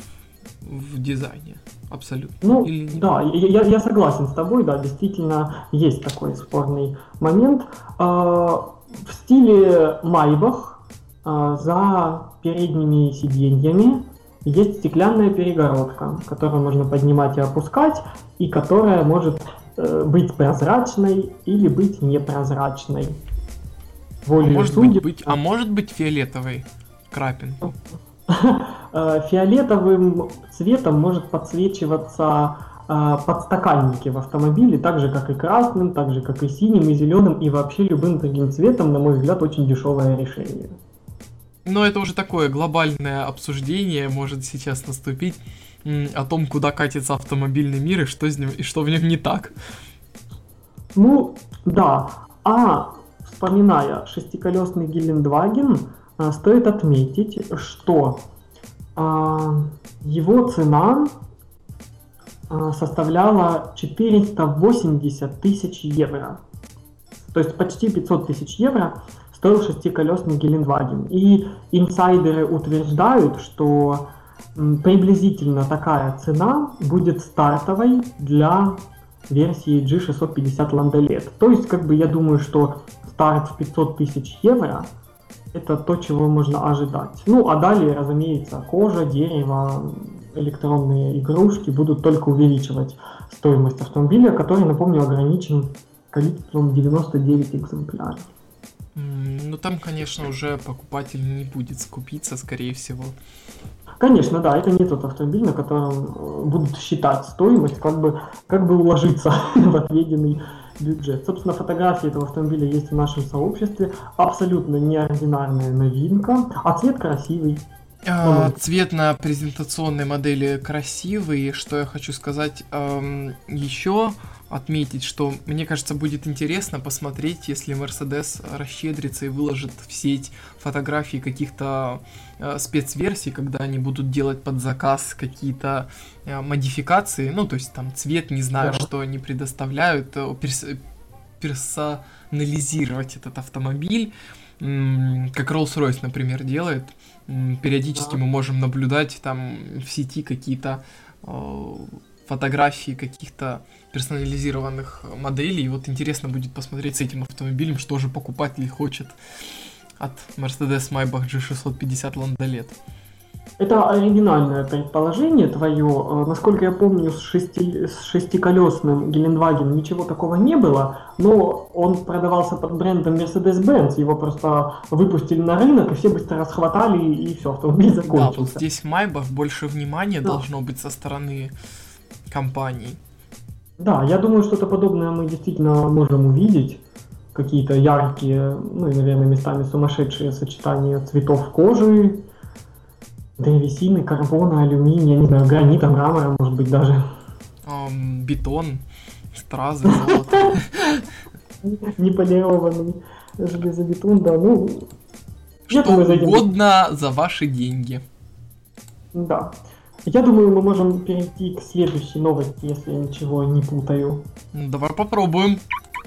в дизайне. Абсолютно. Ну, Или нет? да, я, я- я согласен с тобой, да, действительно есть такой спорный момент. А, В стиле Майбах а, за передними сиденьями есть стеклянная перегородка, которую можно поднимать и опускать, и которая может э, быть прозрачной или быть непрозрачной. А Волею может быть, судеб, быть, а может быть фиолетовой крапинкой? э, фиолетовым цветом может подсвечиваться э, подстаканники в автомобиле, так же как и красным, так же как и синим и зеленым, и вообще любым другим цветом, на мой взгляд, очень дешевое решение. Но это уже такое глобальное обсуждение может сейчас наступить м, о том, куда катится автомобильный мир и что, с ним, и что в нем не так. Ну, да. А вспоминая шестиколесный Гелендваген, а, стоит отметить, что а, его цена а, составляла четыреста восемьдесят тысяч евро. То есть почти пятьсот тысяч евро стоил шестиколесный Гелендваген. И инсайдеры утверждают, что м, приблизительно такая цена будет стартовой для версии джи шестьсот пятьдесят Landaulet. То есть, как бы, я думаю, что старт в пятьсот тысяч евро это то, чего можно ожидать. Ну, а далее, разумеется, кожа, дерево, электронные игрушки будут только увеличивать стоимость автомобиля, который, напомню, ограничен количеством девяносто девять экземпляров. М, Ну там, конечно, уже покупатель не будет скупиться, скорее всего. Конечно, да, это не тот автомобиль, на котором э, будут считать стоимость, как бы, как бы уложиться в отведенный бюджет. Собственно, фотографии этого автомобиля есть в нашем сообществе. Абсолютно неординарная новинка, а цвет красивый. А, Мгм. Цвет на презентационной модели красивый. Что я хочу сказать эм, еще? отметить, что, мне кажется, будет интересно посмотреть, если Mercedes расщедрится и выложит в сеть фотографии каких-то э, спецверсий, когда они будут делать под заказ какие-то э, модификации, ну, то есть там цвет, не знаю, Да. что они предоставляют, э, перс- персонализировать этот автомобиль, м, как Rolls-Royce, например, делает. М, Периодически Да. мы можем наблюдать там в сети какие-то э, фотографии каких-то персонализированных моделей. И вот интересно будет посмотреть с этим автомобилем, что же покупатель хочет от Mercedes-Maybach джи шестьсот пятьдесят Landaulet. Это оригинальное предположение твое. Э, Насколько я помню, с, шести, с шестиколесным Гелендваген ничего такого не было, но он продавался под брендом Mercedes-Benz. Его просто выпустили на рынок, и все быстро расхватали, и все, автомобиль Да, закончился. вот здесь Maybach больше внимания Да. должно быть со стороны компании. Да, я думаю, что-то подобное мы действительно можем увидеть. Какие-то яркие, ну и, наверное, местами сумасшедшие сочетания цветов кожи, древесины, карбона, алюминия, не знаю, гранита, мрамора, может быть, даже. Ам, бетон, стразы, золото. Неполированный железобетон, да, ну... я Что думаю, за этим- угодно за ваши деньги. Да. Я думаю, мы можем перейти к следующей новости, если я ничего не путаю. Ну, давай попробуем.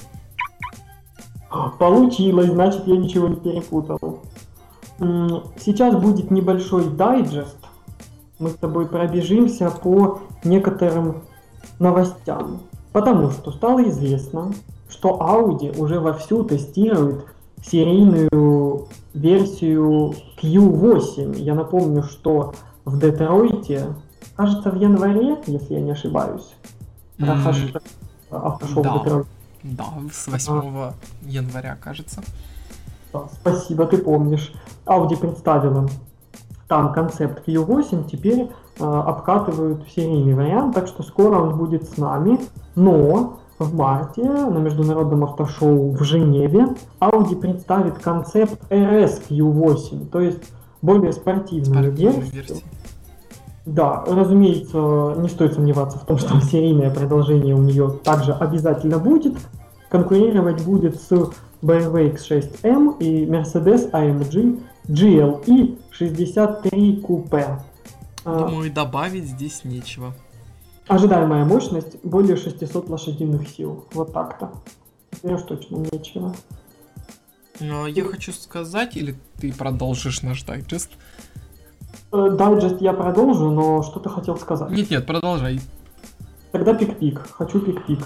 Получилось, значит, я ничего не перепутал. М, Сейчас будет небольшой дайджест. Мы с тобой пробежимся по некоторым новостям. Потому что стало известно, что Audi уже вовсю тестирует серийную версию кью восемь. Я напомню, что в Детройте, кажется, в январе, если я не ошибаюсь, М, прохожу автошоу да. в Детройте. Да, с восьмого января, кажется. Да, спасибо, ты помнишь. Audi представила там концепт кью восемь, теперь э, обкатывают в серийный вариант, так что скоро он будет с нами. Но в марте на международном автошоу в Женеве Audi представит концепт эр эс кью восемь, то есть более спортивную Спортивную версию. версию. Да, разумеется, не стоит сомневаться в том, что серийное продолжение у нее также обязательно будет. Конкурировать будет с бэ эм вэ икс шесть эм и Mercedes эй эм джи джи эл и шестьдесят три Coupe. А, Думаю, добавить здесь нечего. Ожидаемая мощность более шестисот лошадиных сил. Вот так-то. Теперь уж точно нечего. Но я хочу сказать, или ты продолжишь наш дайджест? Э, Дайджест я продолжу, но что ты хотел сказать? Нет-нет, продолжай. Тогда пик-пик. Хочу пик-пик.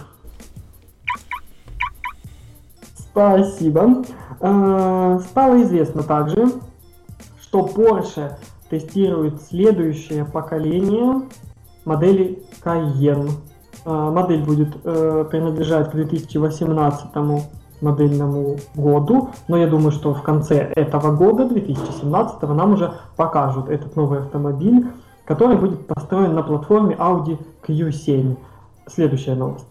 Спасибо. Э, Стало известно также, что Porsche тестирует следующее поколение модели Cayenne. Э, Модель будет э, принадлежать к две тысячи восемнадцатому модельному году, но я думаю, что в конце этого года, две тысячи семнадцатого, нам уже покажут этот новый автомобиль, который будет построен на платформе Audi кью семь. Следующая новость.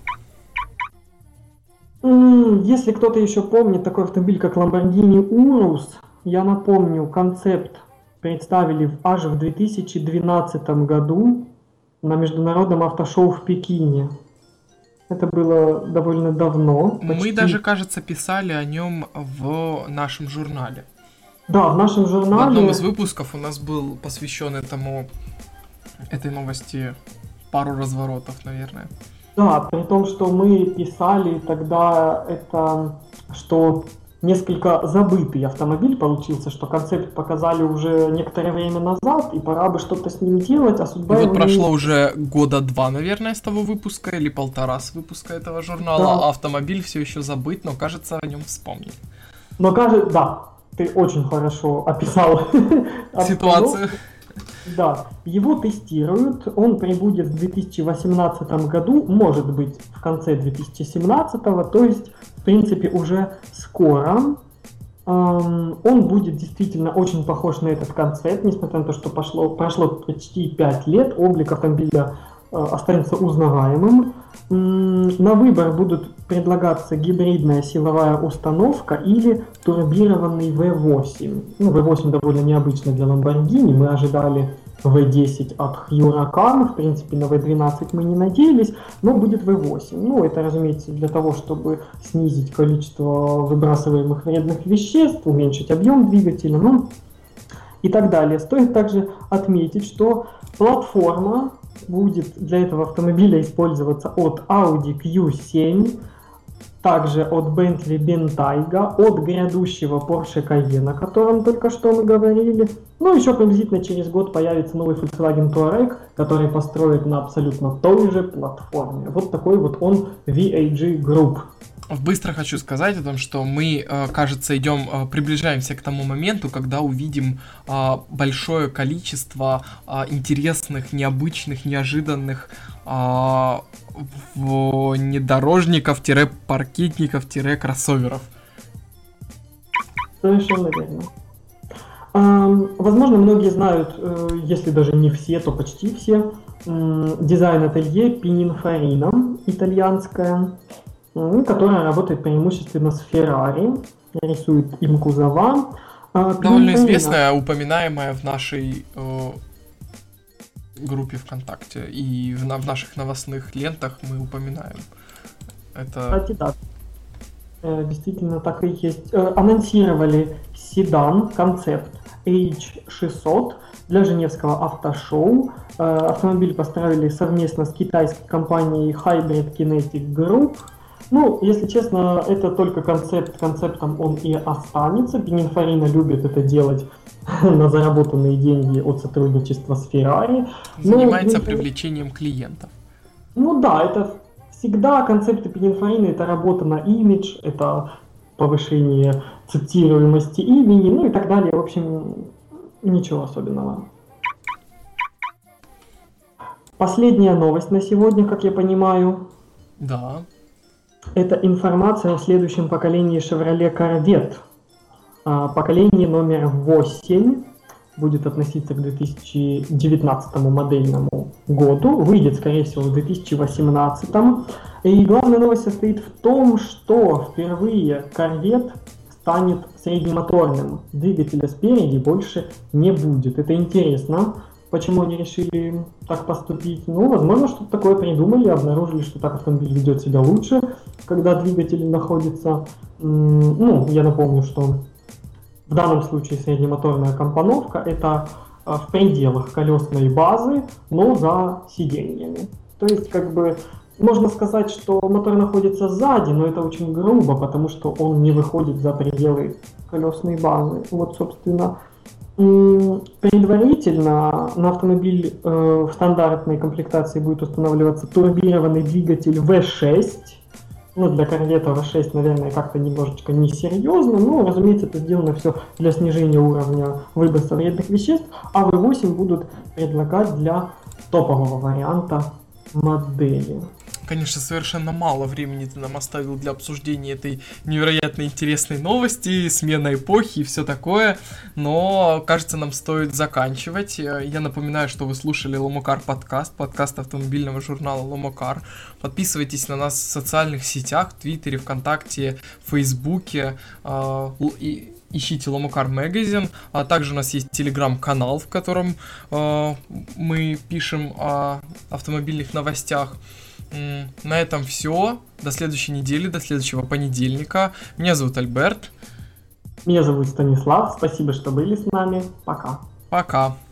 М, Если кто-то еще помнит такой автомобиль, как Lamborghini Urus, я напомню, концепт представили в- аж в две тысячи двенадцатом году на международном автошоу в Пекине. Это было довольно давно. Мы почти- даже, кажется, писали о нем в нашем журнале. Да, в нашем В журнале... одном из выпусков у нас был посвящен этому этой новости пару разворотов, наверное. Да, при том, что мы писали тогда это, что несколько забытый автомобиль получился, что концепт показали уже некоторое время назад, и пора бы что-то с ним делать, а И судьба вот его не- прошло уже года два, наверное, с того выпуска, или полтора с выпуска этого журнала, Да. а автомобиль все еще забыт, но, кажется, о нем вспомнили. Но кажется, да, ты очень хорошо описал Ситуацию. Да, его тестируют, он прибудет в две тысячи восемнадцатом году, может быть в конце две тысячи семнадцатого, то есть в принципе уже скоро. Эм, Он будет действительно очень похож на этот концепт, несмотря на то, что пошло, прошло почти пять лет, облик автомобиля э, останется узнаваемым. М, На выбор будут предлагаться гибридная силовая установка или турбированный вэ восемь. Ну, вэ восемь довольно необычно для Lamborghini, мы ожидали ви десять от Huracan, в принципе на ви двенадцать мы не надеялись, но будет ви восемь. Ну, это, разумеется, для того, чтобы снизить количество выбрасываемых вредных веществ, уменьшить объем двигателя, ну и так далее. Стоит также отметить, что платформа будет для этого автомобиля использоваться от Audi кью семь, также от Bentley Bentayga, от грядущего Porsche Cayenne, о котором только что мы говорили. Ну, еще приблизительно через год появится новый Volkswagen Touareg, который построят на абсолютно той же платформе. Вот такой вот он ви эй джи Group. Быстро хочу сказать о том, что мы, кажется, идем, приближаемся к тому моменту, когда увидим большое количество интересных, необычных, неожиданных внедорожников-паркетников-кроссоверов. Совершенно верно. Возможно, многие знают, если даже не все, то почти все, дизайн-ателье Pininfarina, итальянское, которая работает преимущественно с Ferrari, рисует им кузова. Довольно известная, упоминаемая в нашей э, группе ВКонтакте и в, в наших новостных лентах мы упоминаем. Это... Кстати, да. Действительно, так и есть. Анонсировали седан, концепт эйч шестьсот для Женевского автошоу. Автомобиль построили совместно с китайской компанией Hybrid Kinetic Group. Ну, если честно, это только концепт, концептом он и останется. Pininfarina любит это делать на заработанные деньги от сотрудничества с Ferrari. Занимается Но, привлечением клиентов. Ну да, это всегда концепты Pininfarina, это работа на имидж, это повышение цитируемости имени, ну и так далее. В общем, ничего особенного. Последняя новость на сегодня, как я понимаю. Да. Это информация о следующем поколении Chevrolet Corvette. Поколение номер восемь будет относиться к две тысячи девятнадцатому модельному году. Выйдет, скорее всего, в две тысячи восемнадцатом. И главная новость состоит в том, что впервые Corvette станет среднемоторным. Двигателя спереди больше не будет. Это интересно. Почему они решили так поступить? Ну, возможно, что-то такое придумали, обнаружили, что так автомобиль ведет себя лучше, когда двигатель находится... Ну, я напомню, что в данном случае среднемоторная компоновка — это в пределах колесной базы, но за сиденьями. То есть, как бы, можно сказать, что мотор находится сзади, но это очень грубо, потому что он не выходит за пределы колесной базы. Вот, собственно... Предварительно на автомобиль э, в стандартной комплектации будет устанавливаться турбированный двигатель ви шесть. Ну, для Corvette ви шесть, наверное, как-то немножечко несерьезно, но, разумеется, это сделано все для снижения уровня выброса вредных веществ, а ви восемь будут предлагать для топового варианта модели. Конечно, совершенно мало времени ты нам оставил для обсуждения этой невероятно интересной новости, смена эпохи и все такое, но, кажется, нам стоит заканчивать. Я напоминаю, что вы слушали Ломокар подкаст, подкаст автомобильного журнала Ломокар. Подписывайтесь на нас в социальных сетях, в Твиттере, ВКонтакте, Фейсбуке, э, и ищите Ломокар Magazine, а также у нас есть телеграм-канал, в котором э, мы пишем о автомобильных новостях. На этом все. До следующей недели, до следующего понедельника. Меня зовут Альберт. Меня зовут Станислав. Спасибо, что были с нами. Пока. Пока.